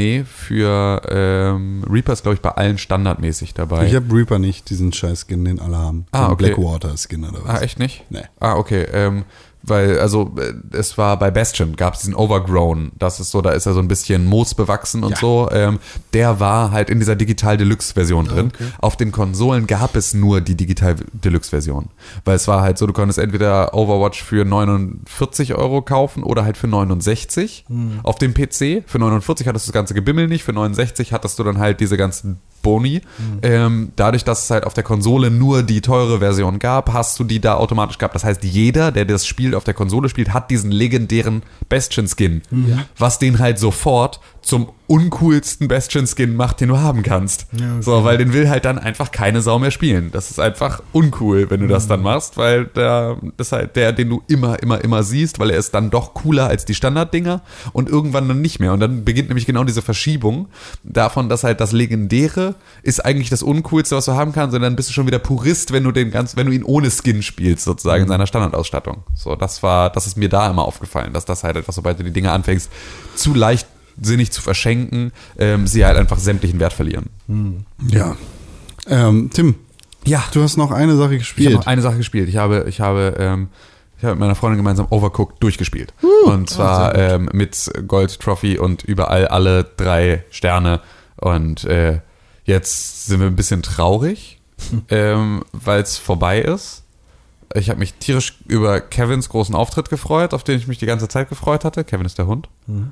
ist, glaube ich, bei allen standardmäßig dabei. Ich habe Reaper nicht, diesen Scheiß-Skin, den alle haben. Ah, okay. Blackwater-Skin oder was. Ah, echt nicht? Nee. Ah, okay. Weil, also, es war bei Bastion, gab es diesen Overgrown, das ist so, da ist er so ein bisschen moosbewachsen und so. Der war halt in dieser Digital-Deluxe-Version drin. Okay. Auf den Konsolen gab es nur die Digital-Deluxe-Version. Weil es war halt so, du konntest entweder Overwatch für 49 € kaufen oder halt für 69 auf dem PC. Für 49 hattest du das ganze Gebimmel nicht, für 69 hattest du dann halt diese ganzen Boni. Dadurch, dass es halt auf der Konsole nur die teure Version gab, hast du die da automatisch gehabt. Das heißt, jeder, der das Spiel auf der Konsole spielt, hat diesen legendären Bastion-Skin, was den halt sofort zum uncoolsten Bastion-Skin macht, den du haben kannst. Ja, okay. So, weil den will halt dann einfach keine Sau mehr spielen. Das ist einfach uncool, wenn du das dann machst, weil das ist halt der, den du immer siehst, weil er ist dann doch cooler als die Standarddinger und irgendwann dann nicht mehr. Und dann beginnt nämlich genau diese Verschiebung davon, dass halt das Legendäre ist eigentlich das Uncoolste, was du haben kannst, und dann bist du schon wieder Purist, wenn du ihn ohne Skin spielst, sozusagen in seiner Standardausstattung. So, das ist mir da immer aufgefallen, dass das halt etwas, sobald du die Dinge anfängst, zu leichtsinnig zu verschenken, sie halt einfach sämtlichen Wert verlieren. Ja. Tim, Ja, du hast noch eine Sache ich habe gespielt. noch eine Sache gespielt. Ich habe mit meiner Freundin gemeinsam Overcooked durchgespielt. Und zwar mit Gold Trophy und überall alle 3 Sterne. Und jetzt sind wir ein bisschen traurig, weil es vorbei ist. Ich habe mich tierisch über Kevins großen Auftritt gefreut, auf den ich mich die ganze Zeit gefreut hatte. Kevin ist der Hund.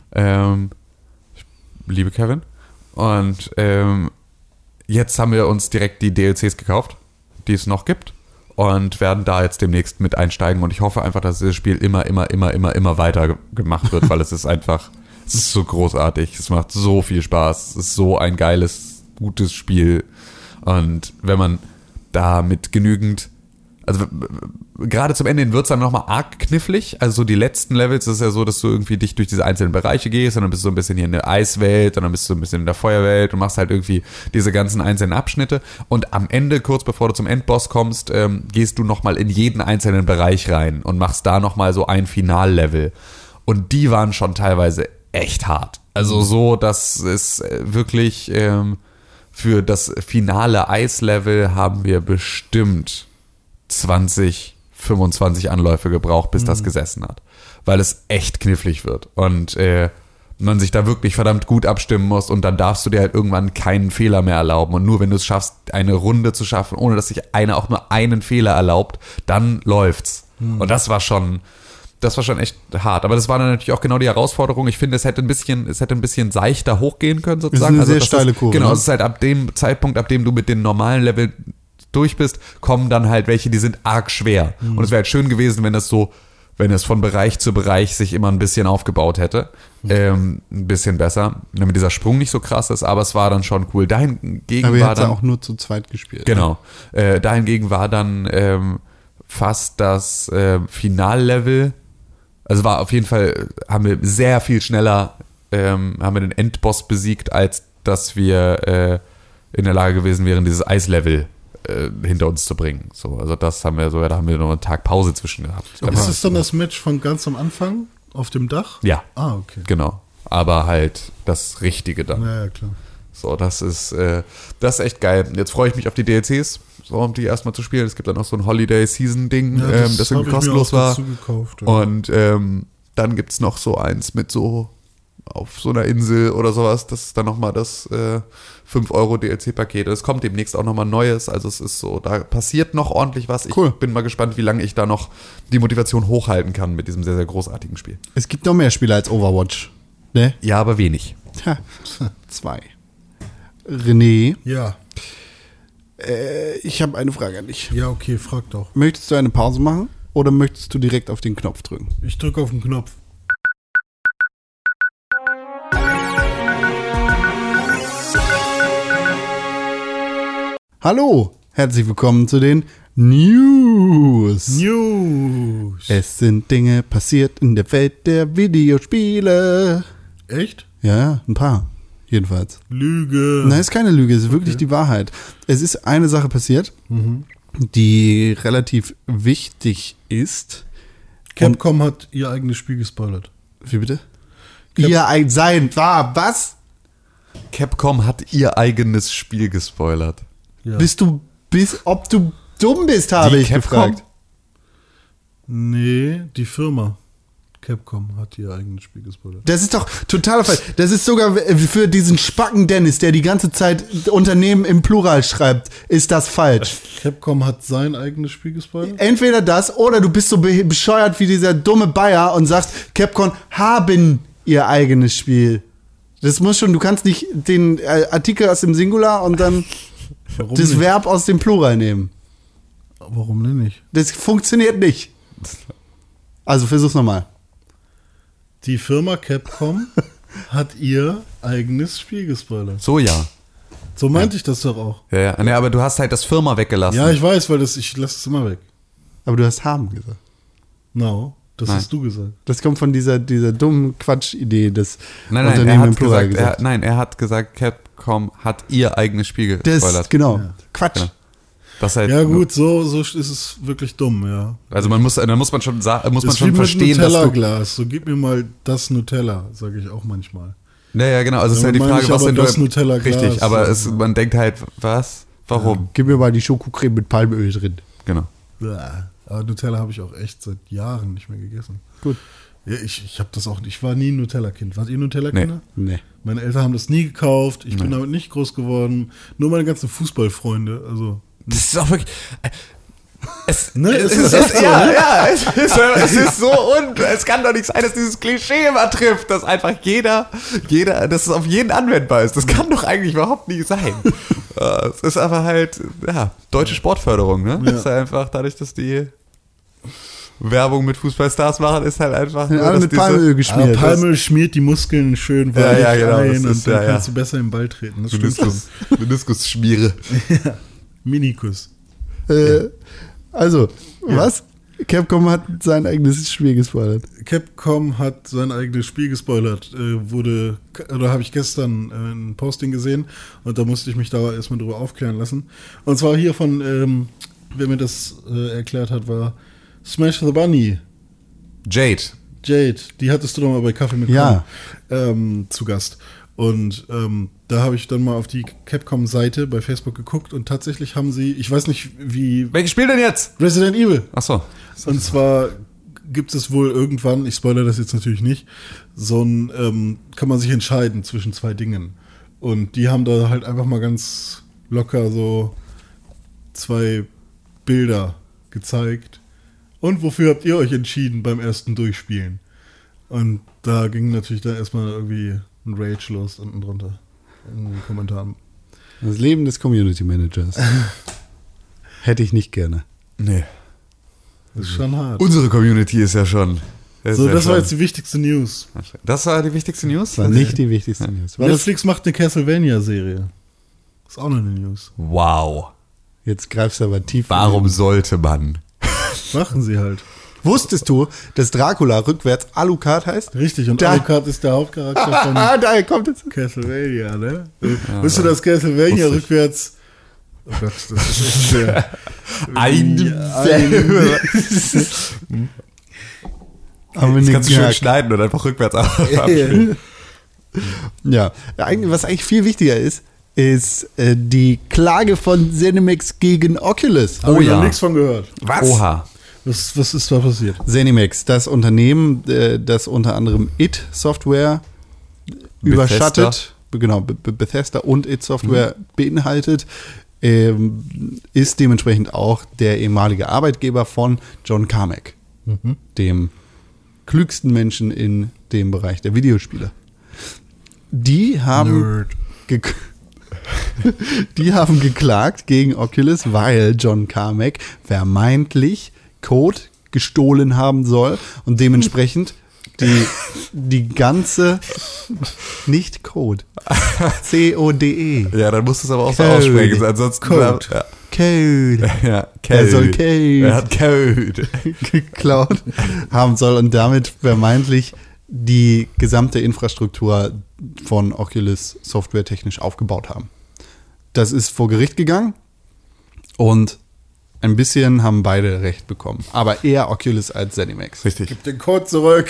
Ich liebe Kevin. Und jetzt haben wir uns direkt die DLCs gekauft, die es noch gibt. Und werden da jetzt demnächst mit einsteigen. Und ich hoffe einfach, dass dieses Spiel immer weiter gemacht wird, weil es ist so großartig. Es macht so viel Spaß. Es ist so ein geiles, gutes Spiel. Und wenn man da mit genügend, also gerade zum Ende wird es dann nochmal arg knifflig. Also so die letzten Levels ist ja so, dass du irgendwie dich durch diese einzelnen Bereiche gehst und dann bist du so ein bisschen hier in der Eiswelt und dann bist du ein bisschen in der Feuerwelt und machst halt irgendwie diese ganzen einzelnen Abschnitte. Und am Ende, kurz bevor du zum Endboss kommst, gehst du nochmal in jeden einzelnen Bereich rein und machst da nochmal so ein Finallevel. Und die waren schon teilweise echt hart. Also so, dass es wirklich für das finale Eislevel haben wir bestimmt 20, 25 Anläufe gebraucht, bis das gesessen hat. Weil es echt knifflig wird. Und man sich da wirklich verdammt gut abstimmen muss und dann darfst du dir halt irgendwann keinen Fehler mehr erlauben. Und nur wenn du es schaffst, eine Runde zu schaffen, ohne dass sich einer auch nur einen Fehler erlaubt, dann läuft's. Und das war schon das war schon echt hart. Aber das war dann natürlich auch genau die Herausforderung. Ich finde, es hätte ein bisschen seichter hochgehen können, sozusagen. Das ist eine sehr das steile Kurve. Genau, Ne? es ist halt ab dem Zeitpunkt, ab dem du mit den normalen Level durch bist, kommen dann halt welche, die sind arg schwer. Und es wäre halt schön gewesen, wenn es von Bereich zu Bereich sich immer ein bisschen aufgebaut hätte. Ein bisschen besser, damit dieser Sprung nicht so krass ist, aber es war dann schon cool. Dahingegen Aber ihr war habt ja dann auch nur zu zweit gespielt. genau. Dahingegen war dann fast das Finallevel, also war auf jeden Fall, haben wir sehr viel schneller, haben wir den Endboss besiegt, als dass wir in der Lage gewesen wären, dieses Eislevel hinter uns zu bringen. So, also das haben wir so, da haben wir noch einen Tag Pause zwischen gehabt. Ist es dann das Match von ganz am Anfang auf dem Dach? Ja, Ah, okay. genau. Aber halt das Richtige dann. Ja, klar. So, das ist echt geil. Jetzt freue ich mich auf die DLCs, so, um die erstmal zu spielen. Es gibt dann noch so ein Holiday-Season-Ding, Ja, das hab irgendwie ich mir kostenlos auch war. dazu gekauft, ja. Und dann gibt es noch so eins mit so auf so einer Insel oder sowas. Das ist dann nochmal das 5€ DLC-Paket. Es kommt demnächst auch nochmal Neues. Also es ist so, da passiert noch ordentlich was. Ich Cool. bin mal gespannt, wie lange ich da noch die Motivation hochhalten kann mit diesem sehr, sehr großartigen Spiel. Es gibt noch mehr Spiele als Overwatch. Ne? Ja, aber wenig. Tja, 2. René, Ja, ich habe eine Frage an dich. ja, okay, frag doch. Möchtest du eine Pause machen oder möchtest du direkt auf den Knopf drücken? Ich drücke auf den Knopf. Hallo, herzlich willkommen zu den News. News. Es sind Dinge passiert in der Welt der Videospiele. Echt? Ja, ein paar. Jedenfalls. Lüge. Nein, ist keine Lüge, es ist wirklich die Wahrheit. Es ist eine Sache passiert, die relativ wichtig ist. Capcom hat ihr eigenes Spiel gespoilert. Wie bitte? Was? Capcom hat ihr eigenes Spiel gespoilert. Ja. Ob du dumm bist, habe Die ich Capcom? gefragt. Nee, die Firma Capcom hat ihr eigenes Spiel gespoilert. Das ist doch totaler Fall. Das ist sogar für diesen Spacken Dennis, der die ganze Zeit Unternehmen im Plural schreibt, ist das falsch. Capcom hat sein eigenes Spiel gespoilert? Entweder das oder du bist so bescheuert wie dieser dumme Bayer und sagst, Capcom haben ihr eigenes Spiel. Das muss schon, du kannst nicht den Artikel aus dem Singular und dann Warum das nicht? Verb aus dem Plural nehmen. Warum denn nicht? Das funktioniert nicht. Also versuch's nochmal. Die Firma Capcom hat ihr eigenes Spiel gespoilert. So, ja. So meinte ich das doch auch. Ja. Nee, aber du hast halt das Firma weggelassen. Ja, ich weiß, weil ich lasse es immer weg. Aber du hast haben gesagt. No, das Nein. hast du gesagt. Das kommt von dieser dummen Quatsch-Idee des Nein, Unternehmen im Plural gesagt. Er hat gesagt, Capcom hat ihr eigenes Spiel Das, gespoilert. genau. Ja. Quatsch. Genau. Das halt, Ja gut, so ist es wirklich dumm, ja. Also dann muss man schon Das ist wie mit verstehen, dass du. Nutella-Glas. So, gib mir mal das Nutella, sage ich auch manchmal. Ja, genau. Also es ist Ja, halt die meine Frage, ich was aber denn du. das Nutella-Glas. Richtig, aber Ja. man denkt halt, was? Warum? Gib mir mal die Schokocreme mit Palmöl drin. Genau. Bäh. Aber Nutella habe ich auch echt seit Jahren nicht mehr gegessen. Gut. Ja, ich habe das auch nicht. Ich war nie ein Nutella-Kind. Wart ihr Nutella-Kinder? Nee. Meine Eltern haben das nie gekauft. Ich bin damit nicht groß geworden. Nur meine ganzen Fußballfreunde. Also Das ist auch wirklich. Es ist echt so, ja, es ist so und es kann doch nicht sein, dass dieses Klischee immer trifft, dass einfach jeder, dass es auf jeden anwendbar ist. Das kann doch eigentlich überhaupt nicht sein. Es ist aber halt, ja, deutsche Sportförderung, ne? Ja. Das ist halt einfach dadurch, dass die Werbung mit Fußballstars machen, ist halt einfach Sind nur, alle dass mit diese, Palmöl geschmiert. Palmöl schmiert die Muskeln schön Ja, weich ja, genau, das ein ist- und dann ja, ja. kannst du besser im Ball treten. Das stimmt schon. Meniskus-Schmiere. Minikus. Also, was? Capcom hat sein eigenes Spiel gespoilert. Capcom hat sein eigenes Spiel gespoilert. Habe ich gestern ein Posting gesehen und da musste ich mich da erstmal drüber aufklären lassen. Und zwar hier von, wer mir das erklärt hat, war Smash the Bunny. Jade. Jade, die hattest du doch mal bei Kaffee mit Ja. Con, zu Gast. Und da habe ich dann mal auf die Capcom-Seite bei Facebook geguckt und tatsächlich haben sie, ich weiß nicht wie, Welches Spiel denn jetzt? Resident Evil. Achso. Und zwar gibt es wohl irgendwann, ich spoilere das jetzt natürlich nicht, so ein, kann man sich entscheiden zwischen zwei Dingen. Und die haben da halt einfach mal ganz locker so zwei Bilder gezeigt. Und wofür habt ihr euch entschieden beim ersten Durchspielen? Und da ging natürlich dann erstmal irgendwie ein Rage los unten drunter in den Kommentaren. Das Leben des Community Managers. Hätte ich nicht gerne. Nee. Das ist schon hart. Unsere Community ist ja schon. So, das war jetzt die wichtigste News. Das war die wichtigste News? Das war nicht die wichtigste News. War das, Netflix macht eine Castlevania-Serie. Ist auch noch eine News. Wow. jetzt greifst du aber tief. Warum sollte man? Machen sie halt. Wusstest du, dass Dracula rückwärts Alucard heißt? Richtig, und Da- Alucard ist der Hauptcharakter von Daher kommt es. Castlevania, ne? Wusstest du, dass Castlevania Wusste ich. rückwärts... Oh Gott, das ist echt schwer. Haben wir Das nicht kannst du schön gemerkt. schneiden und einfach rückwärts abspielen. Ja, was eigentlich viel wichtiger ist die Klage von ZeniMax gegen Oculus. Habe ich ja. noch nichts von gehört. Was? Oha. Was ist da passiert? ZeniMax, das Unternehmen, das unter anderem IT-Software überschattet, genau, Bethesda und IT-Software beinhaltet, ist dementsprechend auch der ehemalige Arbeitgeber von John Carmack, dem klügsten Menschen in dem Bereich der Videospiele. Die haben, die haben geklagt gegen Oculus, weil John Carmack vermeintlich Code gestohlen haben soll und dementsprechend die ganze, nicht Code, C-O-D-E. Ja, dann musst du es aber auch so Code. aussprechen. Ansonsten Code. Ja, Code. ja, Er soll Code. Code Er hat Code. geklaut haben soll und damit vermeintlich die gesamte Infrastruktur von Oculus softwaretechnisch aufgebaut haben. Das ist vor Gericht gegangen und ein bisschen haben beide recht bekommen. Aber eher Oculus als ZeniMax. Richtig. Gib den Code zurück.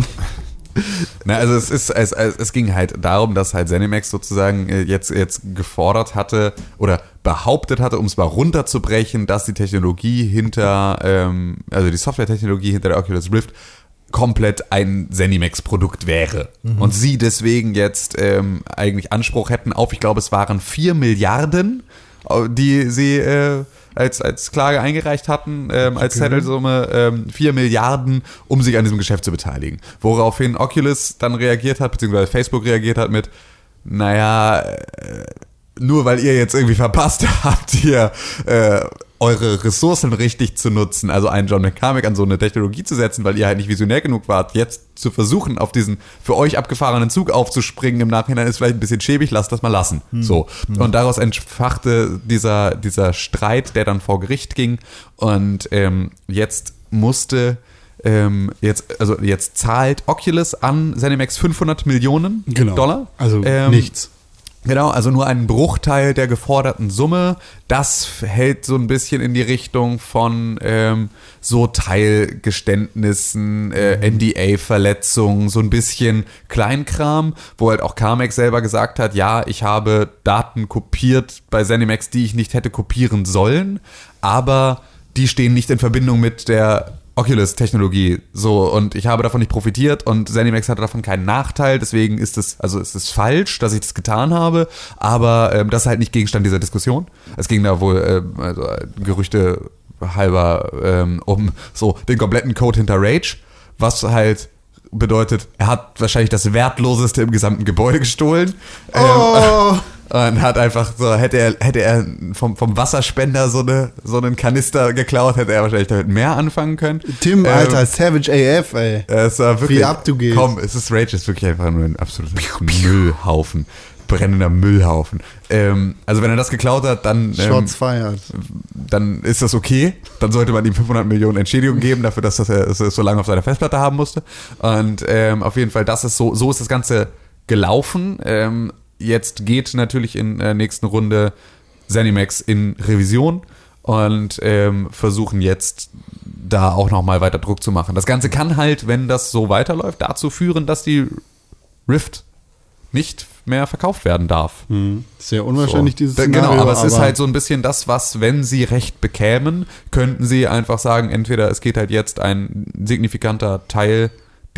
Na, also es ging halt darum, dass halt ZeniMax sozusagen jetzt gefordert hatte oder behauptet hatte, um es mal runterzubrechen, dass die Technologie hinter, also die Softwaretechnologie hinter der Oculus Rift komplett ein ZeniMax-Produkt wäre. Und sie deswegen jetzt eigentlich Anspruch hätten auf, ich glaube, es waren 4 Milliarden, die sie als Klage eingereicht hatten, als Zettelsumme 4 Milliarden, um sich an diesem Geschäft zu beteiligen. Woraufhin Oculus dann reagiert hat, beziehungsweise Facebook reagiert hat mit, naja, nur weil ihr jetzt irgendwie verpasst habt, hier eure Ressourcen richtig zu nutzen, also einen John McCormack an so eine Technologie zu setzen, weil ihr halt nicht visionär genug wart, jetzt zu versuchen, auf diesen für euch abgefahrenen Zug aufzuspringen im Nachhinein ist vielleicht ein bisschen schäbig, lasst das mal lassen. So. Und daraus entfachte dieser Streit, der dann vor Gericht ging und jetzt musste jetzt zahlt Oculus an ZeniMax 500 Millionen Dollar. Also nichts. Genau, also nur einen Bruchteil der geforderten Summe. Das hält so ein bisschen in die Richtung von so Teilgeständnissen, NDA-Verletzungen, so ein bisschen Kleinkram, wo halt auch Carmack selber gesagt hat, ja, ich habe Daten kopiert bei ZeniMax, die ich nicht hätte kopieren sollen, aber die stehen nicht in Verbindung mit der Oculus-Technologie, so, und ich habe davon nicht profitiert und ZeniMax hatte davon keinen Nachteil, deswegen ist es falsch, dass ich das getan habe, aber das ist halt nicht Gegenstand dieser Diskussion. Es ging da wohl Gerüchte halber um so den kompletten Code hinter Rage, was halt bedeutet, er hat wahrscheinlich das Wertloseste im gesamten Gebäude gestohlen. Und hat einfach so, hätte er vom Wasserspender so einen Kanister geklaut, hätte er wahrscheinlich damit mehr anfangen können. Tim, Alter, Savage AF, ey. Es war wirklich, Wie ab du gehst. Komm, Rage ist wirklich einfach nur ein absoluter Müllhaufen. Brennender Müllhaufen. Also wenn er das geklaut hat, dann Shots fired. dann ist das okay. Dann sollte man ihm 500 Millionen Entschädigung geben dafür, dass er es so lange auf seiner Festplatte haben musste. Und auf jeden Fall, das ist so ist das Ganze gelaufen. Jetzt geht natürlich in der nächsten Runde ZeniMax in Revision und versuchen jetzt da auch nochmal weiter Druck zu machen. Das Ganze kann halt, wenn das so weiterläuft, dazu führen, dass die Rift nicht mehr verkauft werden darf. Sehr unwahrscheinlich, So. dieses Genau, Szenario. aber es ist halt so ein bisschen das, was, wenn sie Recht bekämen, könnten sie einfach sagen, entweder es geht halt jetzt ein signifikanter Teil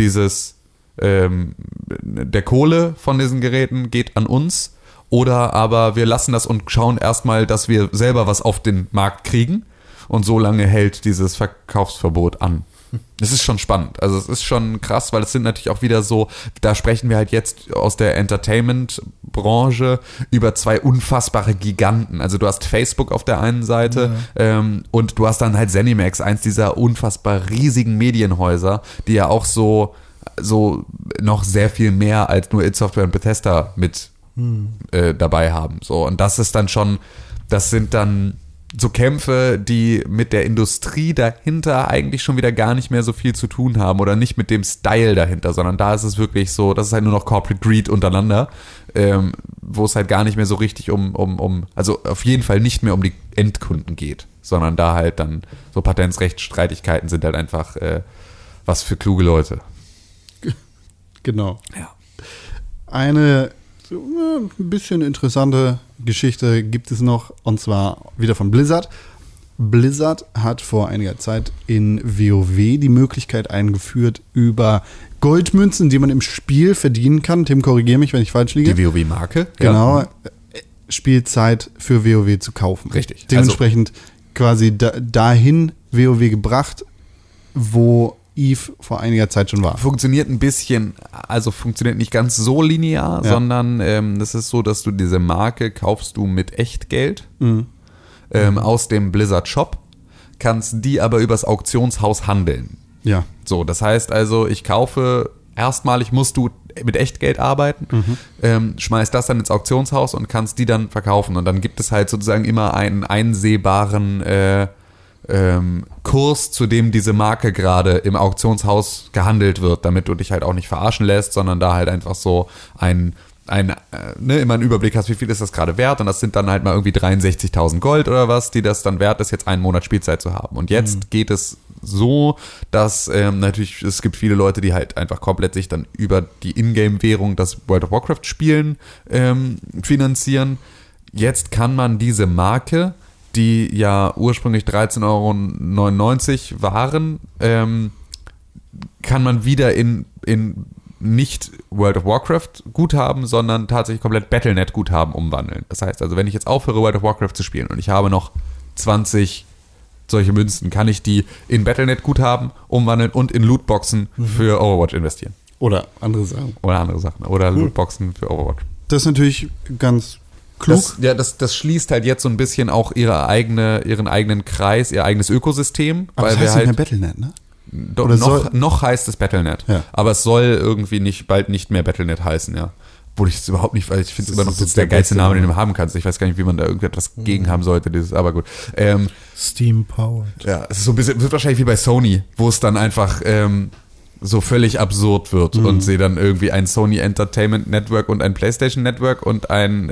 der Kohle von diesen Geräten geht an uns, oder aber wir lassen das und schauen erstmal, dass wir selber was auf den Markt kriegen. und so lange hält dieses Verkaufsverbot an. Das ist schon spannend. Also es ist schon krass, weil es sind natürlich auch wieder so, da sprechen wir halt jetzt aus der Entertainment-Branche über zwei unfassbare Giganten. Also du hast Facebook auf der einen Seite und du hast dann halt ZeniMax, eins dieser unfassbar riesigen Medienhäuser, die ja auch so noch sehr viel mehr als nur id Software und Bethesda mit dabei haben. So, und das ist dann schon, das sind dann so Kämpfe, die mit der Industrie dahinter eigentlich schon wieder gar nicht mehr so viel zu tun haben oder nicht mit dem Style dahinter, sondern da ist es wirklich so, das ist halt nur noch Corporate Greed untereinander, wo es halt gar nicht mehr so richtig also auf jeden Fall nicht mehr um die Endkunden geht, sondern da halt dann so Patentsrechtsstreitigkeiten sind halt einfach was für kluge Leute. Genau. Ja. Eine ein bisschen interessante Geschichte gibt es noch, und zwar wieder von Blizzard. Blizzard hat vor einiger Zeit in WoW die Möglichkeit eingeführt, über Goldmünzen, die man im Spiel verdienen kann, Tim, korrigiere mich, wenn ich falsch liege. Die WoW-Marke? Genau, Ja. Spielzeit für WoW zu kaufen. Richtig. Dementsprechend quasi dahin WoW gebracht, wo EVE vor einiger Zeit schon war. Funktioniert ein bisschen, also funktioniert nicht ganz so linear, sondern das ist so, dass du diese Marke kaufst du mit Echtgeld aus dem Blizzard Shop, kannst die aber übers Auktionshaus handeln. Ja. So, das heißt also, ich kaufe, erstmalig musst du mit Echtgeld arbeiten, schmeißt das dann ins Auktionshaus und kannst die dann verkaufen. Und dann gibt es halt sozusagen immer einen einsehbaren Kurs, zu dem diese Marke gerade im Auktionshaus gehandelt wird, damit du dich halt auch nicht verarschen lässt, sondern da halt einfach so immer einen Überblick hast, wie viel ist das gerade wert, und das sind dann halt mal irgendwie 63.000 Gold oder was, die das dann wert ist, jetzt einen Monat Spielzeit zu haben. Und jetzt geht es so, dass natürlich, es gibt viele Leute, die halt einfach komplett sich dann über die Ingame-Währung, das World of Warcraft spielen, finanzieren. Jetzt kann man diese Marke, die ja ursprünglich 13,99 € waren, kann man wieder in nicht World of Warcraft Guthaben, sondern tatsächlich komplett Battle.net Guthaben umwandeln. Das heißt also, wenn ich jetzt aufhöre, World of Warcraft zu spielen und ich habe noch 20 solche Münzen, kann ich die in Battle.net Guthaben umwandeln und in Lootboxen für Overwatch investieren. Oder andere Sachen. Oder Lootboxen für Overwatch. Das ist natürlich ganz klug. Das schließt halt jetzt so ein bisschen auch ihren eigenen Kreis, ihr eigenes Ökosystem. Aber weil das wir heißt halt nicht mehr Battle.net, ne? Noch heißt es Battle.net. Ja. Aber es soll irgendwie bald nicht mehr Battle.net heißen, ja. Obwohl ich es überhaupt nicht, weil ich finde es immer noch ist der geilste Name, den Name. du haben kannst. Ich weiß gar nicht, wie man da irgendetwas gegen haben sollte, aber gut. Steam powered. Ja, es ist so ein bisschen, wird wahrscheinlich wie bei Sony, wo es dann einfach so völlig absurd wird und sie dann irgendwie ein Sony Entertainment Network und ein PlayStation Network und ein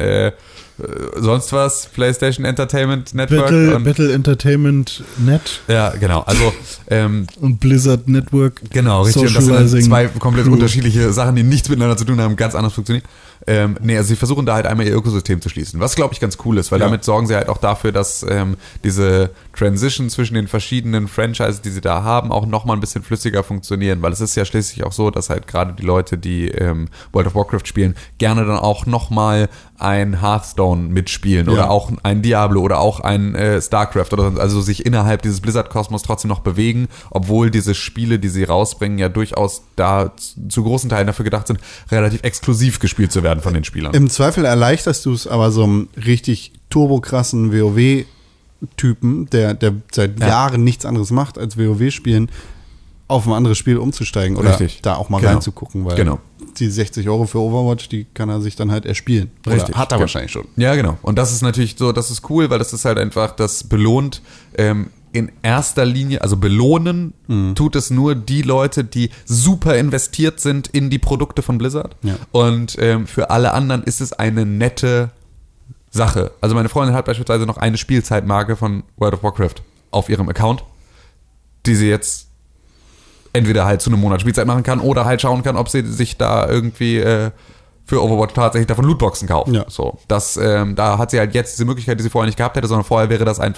sonst was, PlayStation Entertainment Network. Battle Entertainment Net. Ja, genau. Also und Blizzard Network. genau, richtig. Und das sind Socializing zwei komplett Crew. unterschiedliche Sachen, die nichts miteinander zu tun haben, ganz anders funktionieren. Also sie versuchen da halt einmal ihr Ökosystem zu schließen, was glaube ich ganz cool ist, weil damit sorgen sie halt auch dafür, dass diese Transition zwischen den verschiedenen Franchises, die sie da haben, auch nochmal ein bisschen flüssiger funktionieren, weil es ist ja schließlich auch so, dass halt gerade die Leute, die World of Warcraft spielen, gerne dann auch nochmal ein Hearthstone mitspielen oder auch ein Diablo oder auch ein StarCraft oder also sich innerhalb dieses Blizzard-Kosmos trotzdem noch bewegen, obwohl diese Spiele, die sie rausbringen, ja durchaus da zu großen Teilen dafür gedacht sind, relativ exklusiv gespielt zu werden von den Spielern. Im Zweifel erleichterst du es aber so einem richtig turbokrassen WoW-Typen, der seit Jahren nichts anderes macht als WoW spielen, auf ein anderes Spiel umzusteigen oder da auch mal reinzugucken, weil die 60 € für Overwatch, die kann er sich dann halt erspielen. Richtig. Oder hat er wahrscheinlich schon. Ja, genau. Und das ist natürlich so, das ist cool, weil das ist halt einfach, das belohnt in erster Linie, also belohnen tut es nur die Leute, die super investiert sind in die Produkte von Blizzard. Ja. Und für alle anderen ist es eine nette Sache. Also meine Freundin hat beispielsweise noch eine Spielzeitmarke von World of Warcraft auf ihrem Account, die sie jetzt entweder halt zu einem Monat Spielzeit machen kann oder halt schauen kann, ob sie sich da irgendwie für Overwatch tatsächlich davon Lootboxen kauft. Ja. So, da hat sie halt jetzt diese Möglichkeit, die sie vorher nicht gehabt hätte, sondern vorher wären das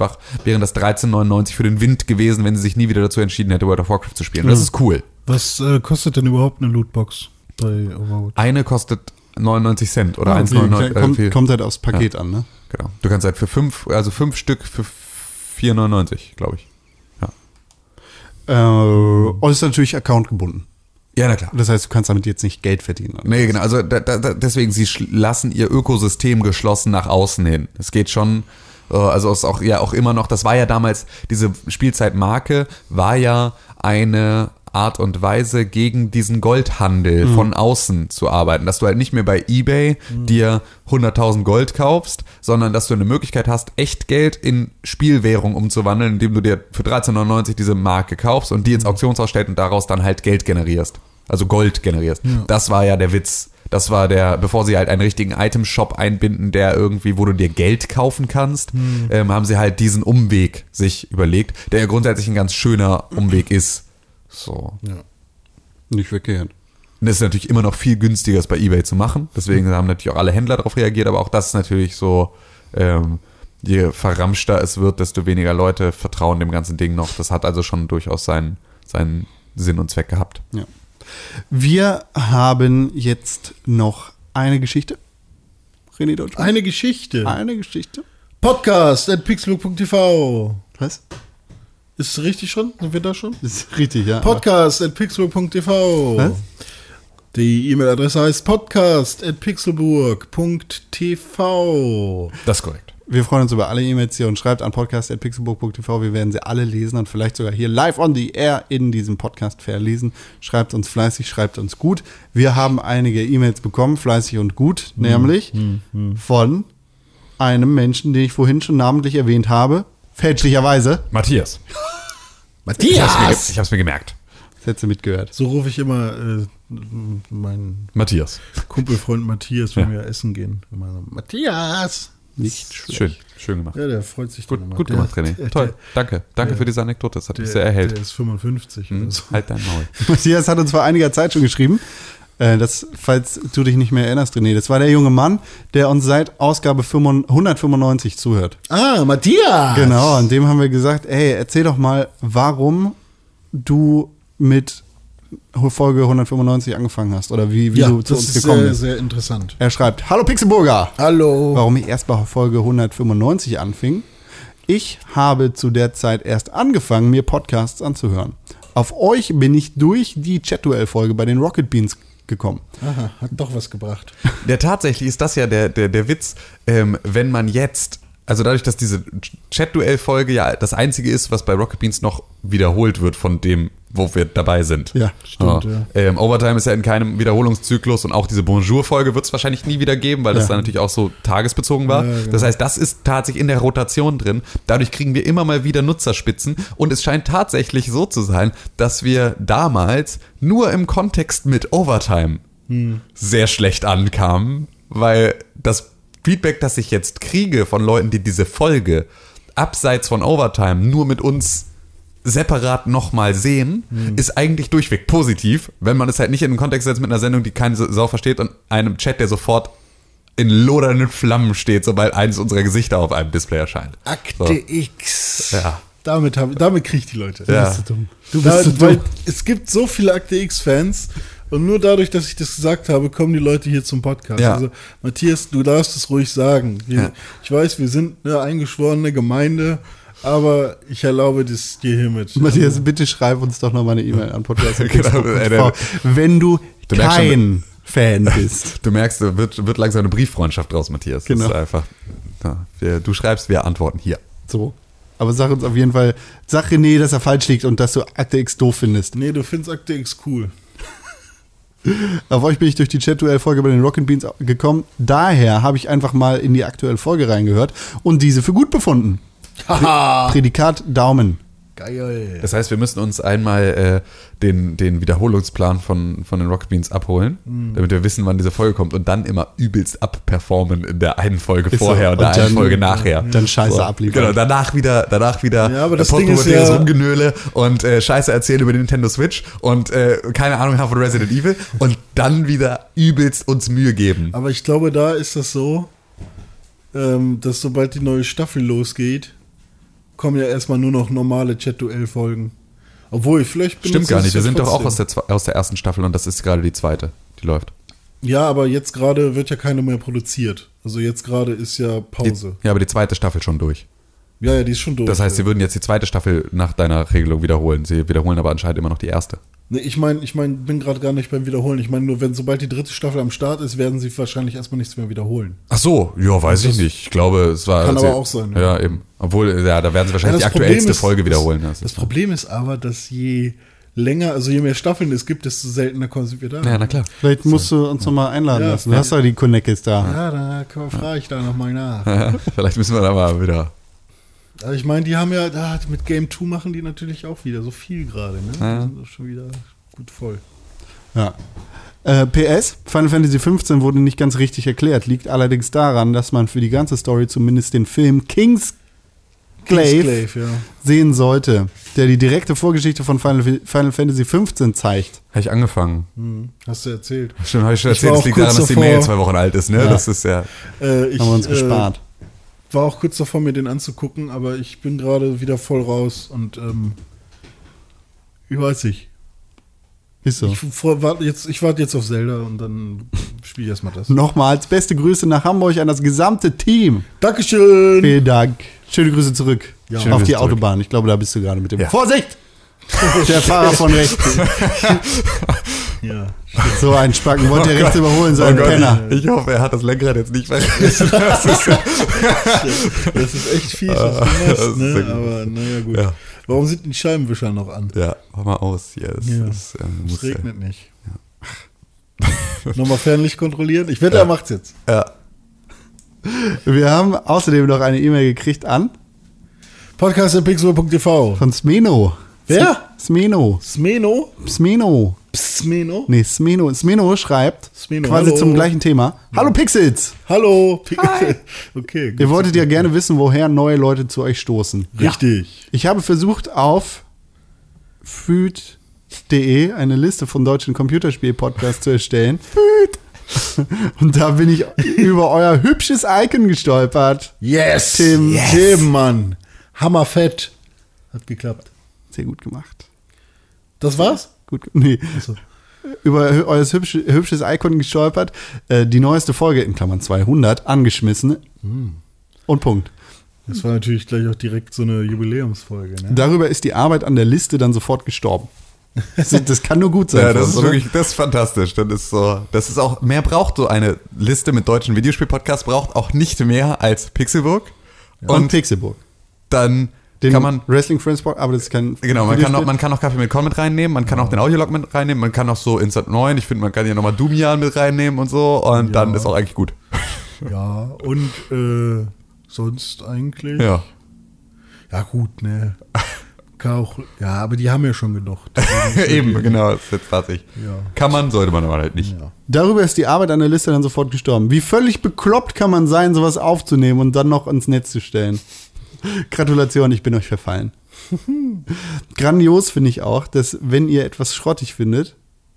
13,99 für den Wind gewesen, wenn sie sich nie wieder dazu entschieden hätte, World of Warcraft zu spielen. Das ist cool. Was kostet denn überhaupt eine Lootbox bei Overwatch? Eine kostet 99 Cent oder 1,99. Kommt halt aufs Paket an, ne? Genau. Du kannst halt für 5 Stück für 4,99, glaube ich. Und ist natürlich accountgebunden. Ja, na klar. Das heißt, du kannst damit jetzt nicht Geld verdienen. Nee, genau. Also deswegen, sie lassen ihr Ökosystem geschlossen nach außen hin. Es geht schon, also ist auch ja auch immer noch, das war ja damals, diese Spielzeitmarke war ja eine Art und Weise, gegen diesen Goldhandel von außen zu arbeiten. Dass du halt nicht mehr bei eBay dir 100.000 Gold kaufst, sondern dass du eine Möglichkeit hast, Echtgeld in Spielwährung umzuwandeln, indem du dir für 13,99 diese Marke kaufst und die ins Auktionshaus stellst und daraus dann halt Geld generierst. Also Gold generierst. Ja. Das war ja der Witz. Das war bevor sie halt einen richtigen Item-Shop einbinden, der irgendwie, wo du dir Geld kaufen kannst, haben sie halt diesen Umweg sich überlegt, der ja grundsätzlich ein ganz schöner Umweg ist. So. Ja. Nicht verkehrt. Und das ist natürlich immer noch viel günstiger, es bei eBay zu machen. Deswegen haben natürlich auch alle Händler darauf reagiert, aber auch das ist natürlich so, je verramschter es wird, desto weniger Leute vertrauen dem ganzen Ding noch. Das hat also schon durchaus seinen Sinn und Zweck gehabt. Ja. Wir haben jetzt noch eine Geschichte. René Deutschmann. Eine Geschichte. Eine Geschichte. Podcast@pixelbook.tv. Was? Ist es richtig schon? Sind wir da schon? Das ist richtig, ja. Podcast@pixelbook.tv. Was? Die E-Mail-Adresse heißt podcast@pixelburg.tv. Das ist korrekt. Wir freuen uns über alle E-Mails hier und schreibt an podcast@pixelburg.tv. Wir werden sie alle lesen und vielleicht sogar hier live on the air in diesem Podcast verlesen. Schreibt uns fleißig, schreibt uns gut. Wir haben einige E-Mails bekommen, fleißig und gut, nämlich von einem Menschen, den ich vorhin schon namentlich erwähnt habe, fälschlicherweise. Matthias. Matthias! Ich hab's mir gemerkt. Das hättest du mitgehört. So rufe ich immer meinen Matthias. Kumpelfreund Matthias, wenn Ja. wir essen gehen. Immer so, Matthias! Nicht schlecht. Schön gemacht. Ja, der freut sich dann immer. Gut gemacht, René. Toll. Danke für diese Anekdote. Das hat mich sehr erhellt. Der ist 55 oder so. Halt dein Maul. Matthias hat uns vor einiger Zeit schon geschrieben, falls du dich nicht mehr erinnerst, René, das war der junge Mann, der uns seit Ausgabe 195 zuhört. Ah, Matthias! Genau, und dem haben wir gesagt, ey, erzähl doch mal, warum du mit Folge 195 angefangen hast oder wie du zu uns gekommen bist. Das ist sehr interessant. Er schreibt, hallo Pixelburger! Hallo! Warum ich erst bei Folge 195 anfing? Ich habe zu der Zeit erst angefangen, mir Podcasts anzuhören. Auf euch bin ich durch die Chat-Duell-Folge bei den Rocket Beans gekommen. Aha, hat doch was gebracht. Ja, tatsächlich ist das ja der Witz, wenn man jetzt, also dadurch, dass diese Chat-Duell-Folge ja das einzige ist, was bei Rocket Beans noch wiederholt wird von dem, wo wir dabei sind. Ja, stimmt, ja. Overtime ist ja in keinem Wiederholungszyklus und auch diese Bonjour-Folge wird es wahrscheinlich nie wieder geben, weil das dann natürlich auch so tagesbezogen war. Ja, genau. Das heißt, das ist tatsächlich in der Rotation drin. Dadurch kriegen wir immer mal wieder Nutzerspitzen und es scheint tatsächlich so zu sein, dass wir damals nur im Kontext mit Overtime sehr schlecht ankamen, weil das Feedback, das ich jetzt kriege von Leuten, die diese Folge abseits von Overtime nur mit uns separat nochmal sehen, ist eigentlich durchweg positiv, wenn man es halt nicht in den Kontext setzt mit einer Sendung, die keine Sau versteht und einem Chat, der sofort in lodernden Flammen steht, sobald eines unserer Gesichter auf einem Display erscheint. Akte X. Ja. Damit kriege ich die Leute. Ja. Das ist so dumm. Weil es gibt so viele Akte X-Fans und nur dadurch, dass ich das gesagt habe, kommen die Leute hier zum Podcast. Ja. Also Matthias, du darfst es ruhig sagen. Ich weiß, wir sind eine eingeschworene Gemeinde, aber ich erlaube das dir hiermit. Matthias, bitte schreib uns doch noch mal eine E-Mail an podcast@pixelburg.tv, Genau, wenn du merkst kein Fan bist. Du merkst, da wird langsam eine Brieffreundschaft draus, Matthias. Genau. Das ist einfach, du schreibst, wir antworten hier. So. Aber sag uns auf jeden Fall, sag René, dass er falsch liegt und dass du Akte X doof findest. Nee, du findest Akte X cool. Auf euch bin ich durch die Chat-Duell-Folge bei den Rocket Beans gekommen. Daher habe ich einfach mal in die aktuelle Folge reingehört und diese für gut befunden. Prädikat Daumen. Geil. Das heißt, wir müssen uns einmal den Wiederholungsplan von den Rocket Beans abholen, damit wir wissen, wann diese Folge kommt und dann immer übelst abperformen in der einen Folge Ist so. vorher und der Und einen dann- Folge nachher. Dann Scheiße abliefern. Genau, danach wieder Ja, aber das Ding ist postpubertäres ja- Rumgenöle und Scheiße erzählen über die Nintendo Switch und keine Ahnung haben von Resident Evil und dann wieder übelst uns Mühe geben. Aber ich glaube, da ist das so, dass sobald die neue Staffel losgeht, kommen ja erstmal nur noch normale Chat-Duell-Folgen. Obwohl, vielleicht Stimmt gar nicht, wir sind doch auch trotzdem. aus der ersten Staffel und das ist gerade die zweite, die läuft. Ja, aber jetzt gerade wird ja keine mehr produziert. Also jetzt gerade ist ja Pause. Ja, aber die zweite Staffel schon durch. Ja, die ist schon doof. Das heißt, sie würden jetzt die zweite Staffel nach deiner Regelung wiederholen. Sie wiederholen aber anscheinend immer noch die erste. Nee, ich mein, bin gerade gar nicht beim Wiederholen. Ich meine nur, sobald die dritte Staffel am Start ist, werden sie wahrscheinlich erstmal nichts mehr wiederholen. Ach so, ja, weiß ich nicht. Ich glaube, es war... Kann aber auch sein, Ja, eben. Obwohl, ja, da werden sie wahrscheinlich die aktuellste Folge wiederholen. Das Problem ist aber, dass je länger, also je mehr Staffeln es gibt, desto seltener kommen sie wieder. Ja, na klar. Vielleicht musst du uns nochmal einladen lassen. Du hast doch die Connects da. Ja, da frage ich da nochmal nach. Vielleicht müssen wir da mal wieder... Also ich meine, die haben ja, mit Game 2 machen die natürlich auch wieder so viel gerade, ne? Ja. Die sind doch schon wieder gut voll. Ja. PS, Final Fantasy 15 wurde nicht ganz richtig erklärt, liegt allerdings daran, dass man für die ganze Story zumindest den Film Kingsglaive ja. sehen sollte, der die direkte Vorgeschichte von Final Fantasy 15 zeigt. Habe ich angefangen. Hast du erzählt. Stimmt, habe ich schon Ich war erzählt. Das auch liegt kurz daran, dass die davor. Mail 2 Wochen alt ist, ne? Ja. Das ist ja... Haben wir uns gespart. War auch kurz davor, mir den anzugucken, aber ich bin gerade wieder voll raus und ich weiß nicht. Ist so. Ich warte jetzt auf Zelda und dann spiele ich erstmal das. Nochmals beste Grüße nach Hamburg an das gesamte Team. Dankeschön! Vielen Dank. Schöne Grüße zurück. Ja. Schöne Auf Grüße die zurück. Autobahn. Ich glaube, da bist du gerade mit dem. Ja. Vorsicht! Der Fahrer von rechts. Ja. So ein Spacken. Wollte er rechts überholen, so ein Penner. ich hoffe, er hat das Lenkrad jetzt nicht vergessen. Das ist echt fies, was du das machst, ist ne? sehr gut. Aber naja, gut. Ja. Warum sind die Scheibenwischer noch an? Ja, mach mal aus hier. Es Ja. ist, Es muss regnet nicht. Nochmal Fernlicht kontrollieren. Ich wette, er macht's jetzt. ja. Wir haben außerdem noch eine E-Mail gekriegt an Podcast.pixel.tv. von Smeno. Wer? Smeno. Smeno? Smeno. Smeno? Nee, Smeno. Smeno schreibt Smeno, quasi hallo. zum gleichen Thema. Hallo Pixels! Hallo. Hi. Okay, gut. Ihr wolltet ja gerne wissen, woher neue Leute zu euch stoßen. Richtig. Ich habe versucht, auf food.de eine Liste von deutschen Computerspiel-Podcasts zu erstellen. Und da bin ich über euer hübsches Icon gestolpert. Yes. Tim. Tim, Mann. Hammerfett. Hat geklappt. Sehr gut gemacht. Das war's? Gut, nee. Achso. Über euer hübsches Icon gestolpert. Die neueste Folge, in Klammern 200, angeschmissen. Und Punkt. Das war natürlich gleich auch direkt so eine Jubiläumsfolge, ne? Darüber ist die Arbeit an der Liste dann sofort gestorben. Das kann nur gut sein. Ja, das ist oder? wirklich, das ist fantastisch. Das ist auch, mehr braucht so eine Liste mit deutschen Videospiel-Podcasts, braucht auch nicht mehr als Pixelburg. Und Pixelburg. Dann Den kann man, Wrestling Friends Podcast, aber das ist kein. genau, man kann auch Kaffee mit Con mit reinnehmen, man kann auch den Audiolog mit reinnehmen, man kann auch so Instant 9, ich finde, man kann hier nochmal Dumian mit reinnehmen und so und dann ist auch eigentlich gut. Ja, und sonst eigentlich? Ja. Ja, gut, ne? Kann auch, ja, aber die haben ja schon genug. Eben, genau, das ist jetzt fertig. Ja. Kann man, sollte man aber halt nicht. Ja. Darüber ist die Arbeit an der Liste dann sofort gestorben. Wie völlig bekloppt kann man sein, sowas aufzunehmen und dann noch ins Netz zu stellen? Gratulation, ich bin euch verfallen. Grandios finde ich auch, dass wenn ihr etwas schrottig findet,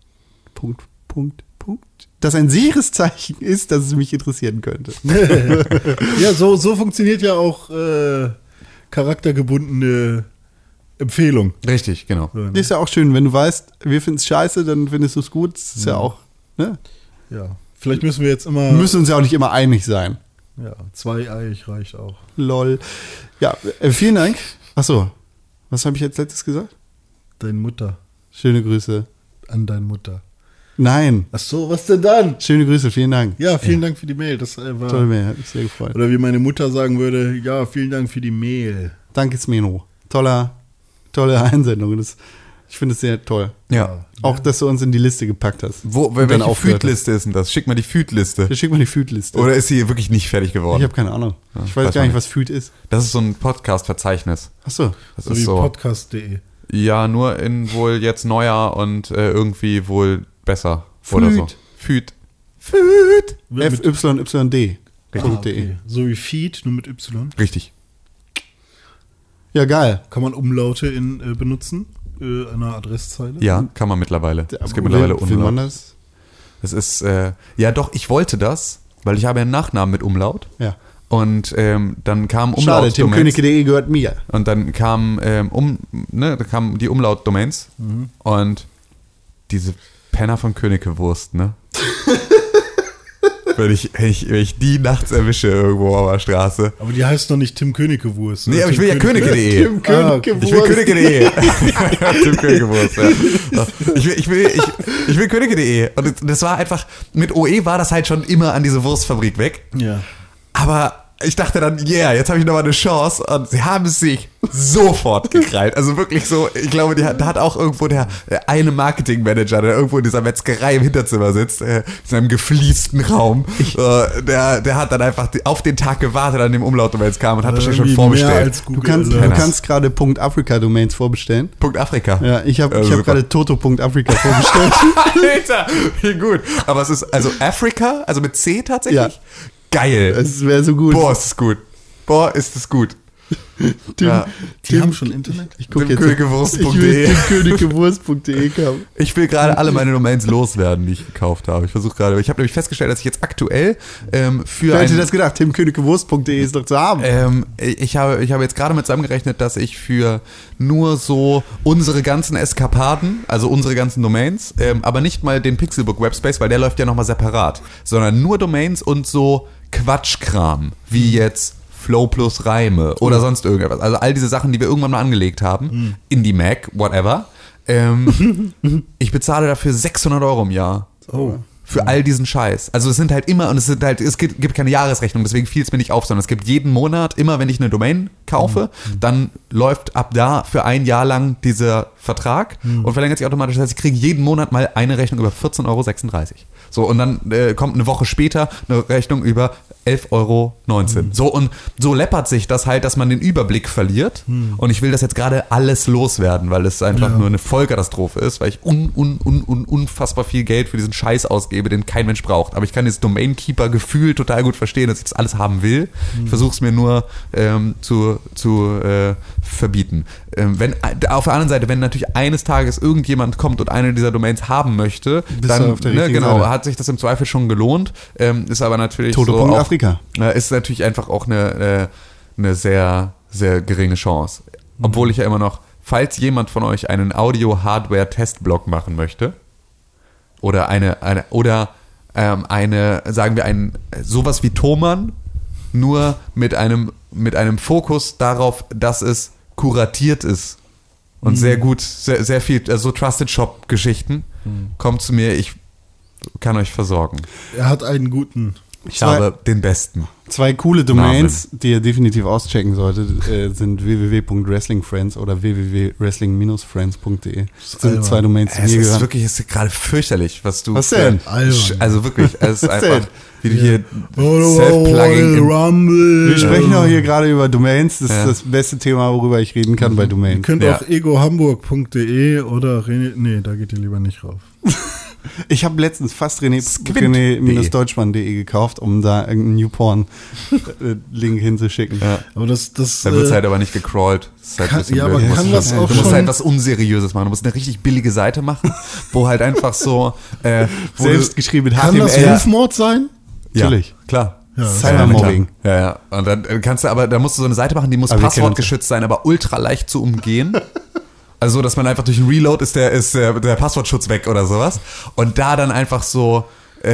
das ein sicheres Zeichen ist, dass es mich interessieren könnte. Ja, so funktioniert ja auch charaktergebundene Empfehlung. Richtig, genau. So, ne? Ist ja auch schön, wenn du weißt, wir finden es scheiße, dann findest du es gut. Das ist ja auch, ne? Ja. Vielleicht müssen wir jetzt immer. Wir müssen uns ja auch nicht immer einig sein. Ja, 2 Eich reicht auch. Lol. Ja, vielen Dank. Achso, was habe ich jetzt letztes gesagt? Deine Mutter. Schöne Grüße. An deine Mutter. Nein, Ach so, was denn dann? schöne Grüße, vielen Dank. Ja, vielen Dank für die Mail. Das war. Tolle Mail, hat mich sehr gefreut. Oder wie meine Mutter sagen würde, ja, vielen Dank für die Mail. Danke, Smeno. Tolle Einsendung. Ich finde es sehr toll. Ja. Auch, dass du uns in die Liste gepackt hast. Welche dann aufgehört Feed-Liste ist denn das? Schick mal die Feed-Liste. Schick mal die Food-Liste. Oder ist sie wirklich nicht fertig geworden? Ich habe keine Ahnung. Ich weiß weiß gar man nicht, was Food ist. Das ist so ein Podcast-Verzeichnis. Achso. Das So ist wie so. podcast.de. Ja, nur in wohl jetzt neuer und irgendwie wohl besser. Oder so. Food. Feed. FYYD. Ah, okay. So wie Feed, nur mit Y. Richtig. Ja, geil. Kann man Umlaute benutzen? Einer Adresszeile? Ja, kann man mittlerweile. Es gibt Wie mittlerweile will man Umlaut. das? Das ist, ja doch, ich wollte das, weil ich habe ja einen Nachnamen mit Umlaut. Ja. Und dann kam Schade, Umlaut-Domains. timkönigke.de gehört mir. Und dann kam, da kamen die Umlaut-Domains. Und diese Penner von Königke-Wurst, ne? wenn ich die nachts erwische irgendwo auf der Straße. Aber die heißt noch nicht Tim Königke Wurst. Nee, aber ich will ja Königke.de. Tim Königke Ich will Königke.de. Tim Königke Wurst, ja. Ich will Königke.de. Und das war einfach, mit OE war das halt schon immer an diese Wurstfabrik weg. Ja. Aber ich dachte dann, jetzt habe ich nochmal eine Chance. Und sie haben es sich sofort gekrallt. Also wirklich so, ich glaube, da hat auch irgendwo der eine Marketingmanager, der irgendwo in dieser Metzgerei im Hinterzimmer sitzt, in seinem gefliesten Raum, der hat dann einfach auf den Tag gewartet, an dem Umlaut-Domains kam und hat wahrscheinlich schon vorbestellt. Du kannst gerade .afrika-Domains vorbestellen. .afrika. Ja, ich hab gerade toto.afrika vorbestellt. Alter, wie gut. Aber es ist also Afrika, also mit C tatsächlich? Ja. Geil. Es wäre so gut. Boah, ist es gut. Die haben schon Internet? Ich gucke jetzt. Königkewurst.de. Königkewurst.de kam. Ich will gerade alle meine Domains loswerden, die ich gekauft habe. Ich habe nämlich festgestellt, dass ich jetzt aktuell für Wer hätte das gedacht? Königkewurst.de ist doch zu haben. ich habe jetzt gerade mit zusammengerechnet, dass ich für nur so unsere ganzen Eskapaden, also unsere ganzen Domains, aber nicht mal den Pixelbook Webspace, weil der läuft ja nochmal separat, sondern nur Domains und so Quatschkram, wie jetzt Flow plus Reime oder sonst irgendwas. Also all diese Sachen, die wir irgendwann mal angelegt haben, in die Mac, whatever. Ich bezahle dafür 600 € im Jahr. Oh. Für all diesen Scheiß. Also es sind halt immer, und es gibt keine Jahresrechnung, deswegen fiel es mir nicht auf, sondern es gibt jeden Monat, immer wenn ich eine Domain kaufe, dann läuft ab da für ein Jahr lang dieser Vertrag und verlängert sich automatisch. Das heißt, ich kriege jeden Monat mal eine Rechnung über 14,36 €. So, und dann kommt eine Woche später eine Rechnung über 11,19 €. So, und so läppert sich das halt, dass man den Überblick verliert. Und ich will das jetzt gerade alles loswerden, weil es einfach nur eine Vollkatastrophe ist, weil ich unfassbar viel Geld für diesen Scheiß ausgebe, den kein Mensch braucht. Aber ich kann das Domain-Keeper-Gefühl total gut verstehen, dass ich das alles haben will. Ich versuche es mir nur zu verbieten. Auf der anderen Seite, wenn natürlich eines Tages irgendjemand kommt und eine dieser Domains haben möchte, dann hat sich das im Zweifel schon gelohnt. Ist aber natürlich Toto.afrika. Ist natürlich einfach auch eine sehr, sehr geringe Chance. Obwohl ich ja immer noch, falls jemand von euch einen Audio-Hardware-Testblog machen möchte oder sagen wir sowas wie Thomann, nur mit einem Fokus darauf, dass es kuratiert ist und sehr gut, sehr viel, also Trusted Shop Geschichten, kommt zu mir, ich kann euch versorgen. Er hat einen guten. Ich habe den besten. 2 coole Domains, die ihr definitiv auschecken solltet, sind www.wrestlingfriends oder www.wrestling-friends.de. Das sind 2 Domains, die mir gehören. Es ist gerade fürchterlich, was du... Was denn? Also wirklich, es ist einfach, denn? wie du hier Self-Plugging... Wir sprechen auch hier gerade über Domains. Das ist das beste Thema, worüber ich reden kann bei Domains. Ihr könnt auch egohamburg.de oder da geht ihr lieber nicht rauf. Ich habe letztens fast René-Deutschmann.de gekauft, um da irgendeinen Newporn-Link hinzuschicken. Ja. Aber da wird es halt aber nicht gecrawlt. Das ist halt ein bisschen blöd. Du musst halt was Unseriöses machen. Du musst eine richtig billige Seite machen, wo halt einfach so... selbst geschrieben mit Kann das Rufmord sein? Natürlich. Ja, klar. Ja, Cybermobbing. Ja. Und dann da musst du so eine Seite machen, die muss passwortgeschützt sein, aber ultra leicht zu umgehen. Also, dass man einfach durch einen Reload ist der Passwortschutz weg oder sowas. Und da dann einfach so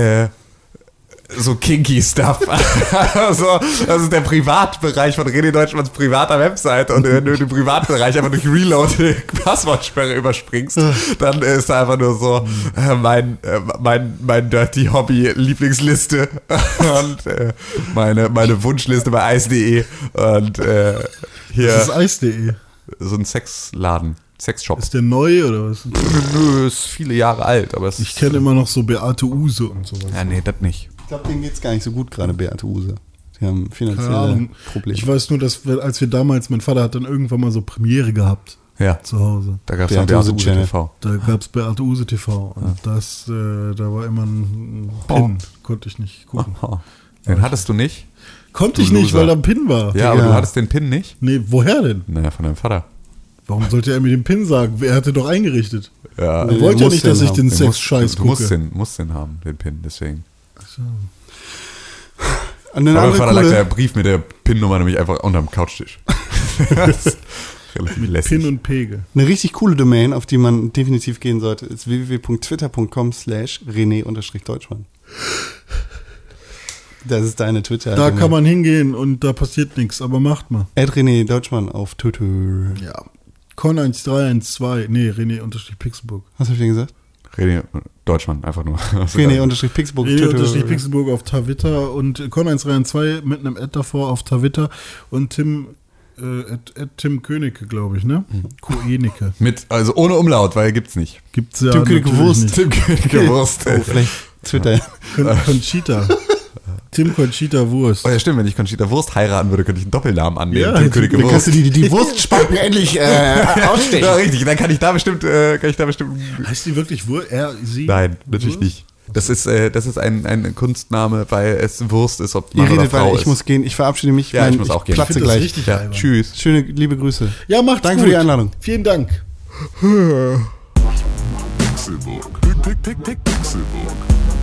kinky Stuff. Also, das ist der Privatbereich von René Deutschmanns privater Website. Und wenn du den Privatbereich einfach durch Reload die Passwortsperre überspringst, dann ist da einfach nur so mein Dirty Hobby Lieblingsliste und meine Wunschliste bei Eis.de und hier. Das ist Eis.de. So ein Sexladen. Sexshop. Ist der neu oder was? Nö, ist viele Jahre alt, aber ich kenne immer noch so Beate Uhse und sowas. Ja, nee, das nicht. Ich glaube, denen geht es gar nicht so gut gerade, Beate Uhse. Die haben finanzielle Probleme. Ich weiß nur, dass als wir damals, mein Vater hat dann irgendwann mal so Premiere gehabt. Ja. Zu Hause. Da gab es Beate Use TV. Da gab es Beate Use TV. Und da war immer ein Pin. Konnte ich nicht gucken. Den hattest du nicht? Konnte ich nicht, weil da ein Pin war. Ja, aber du hattest den Pin nicht? Nee, woher denn? Naja, von deinem Vater. Warum sollte er mir den Pin sagen? Er hatte doch eingerichtet. Ja. Er wollte ja nicht, dass ich den Sex-Scheiß gucke. Du musst den haben, den Pin, deswegen. Ach so. Aber mein Vater lag der Brief mit der PIN-Nummer nämlich einfach unterm Couchtisch. Mit lässig. Pin und Pegel. Eine richtig coole Domain, auf die man definitiv gehen sollte, ist www.twitter.com/René-Deutschmann. Das ist deine Twitter. Da kann man hingehen und da passiert nichts, aber macht mal. René Deutschmann auf Twitter. Ja. Con1312, nee, René-Pixelburg. Was hab ich denn gesagt? René Deutschmann, einfach nur. René-Pixelburg. René-Pixelburg auf Twitter und Con1312 mit einem Ad davor auf Twitter und Tim Königke, glaube ich, ne? Koenike. Also ohne Umlaut, weil gibt's nicht. Gibt's ja Tim Königke Wurst. nicht. Tim Königke Wurst. Oh, vielleicht Twitter. Conchita. Tim Conchita Wurst. Oh ja, stimmt, wenn ich Conchita Wurst heiraten würde, könnte ich einen Doppelnamen annehmen. Ja, Tim Königke Dann kannst Wurst. du die Wurstspacken endlich ausstechen. Ja, richtig, dann kann ich da bestimmt. Heißt die wirklich Wurst? Nein, natürlich nicht. Das ist ein Kunstname, weil es Wurst ist, ob Ihr Mann oder redet Frau weiter, ist. ich muss gehen. Ich verabschiede mich. Ja, ich muss auch gehen. Platze Ich find das gleich. richtig Ja, albern. tschüss. Schöne, liebe Grüße. Ja, macht's Danke gut. für die Einladung. Vielen Dank. Pixelburg. Pixelburg.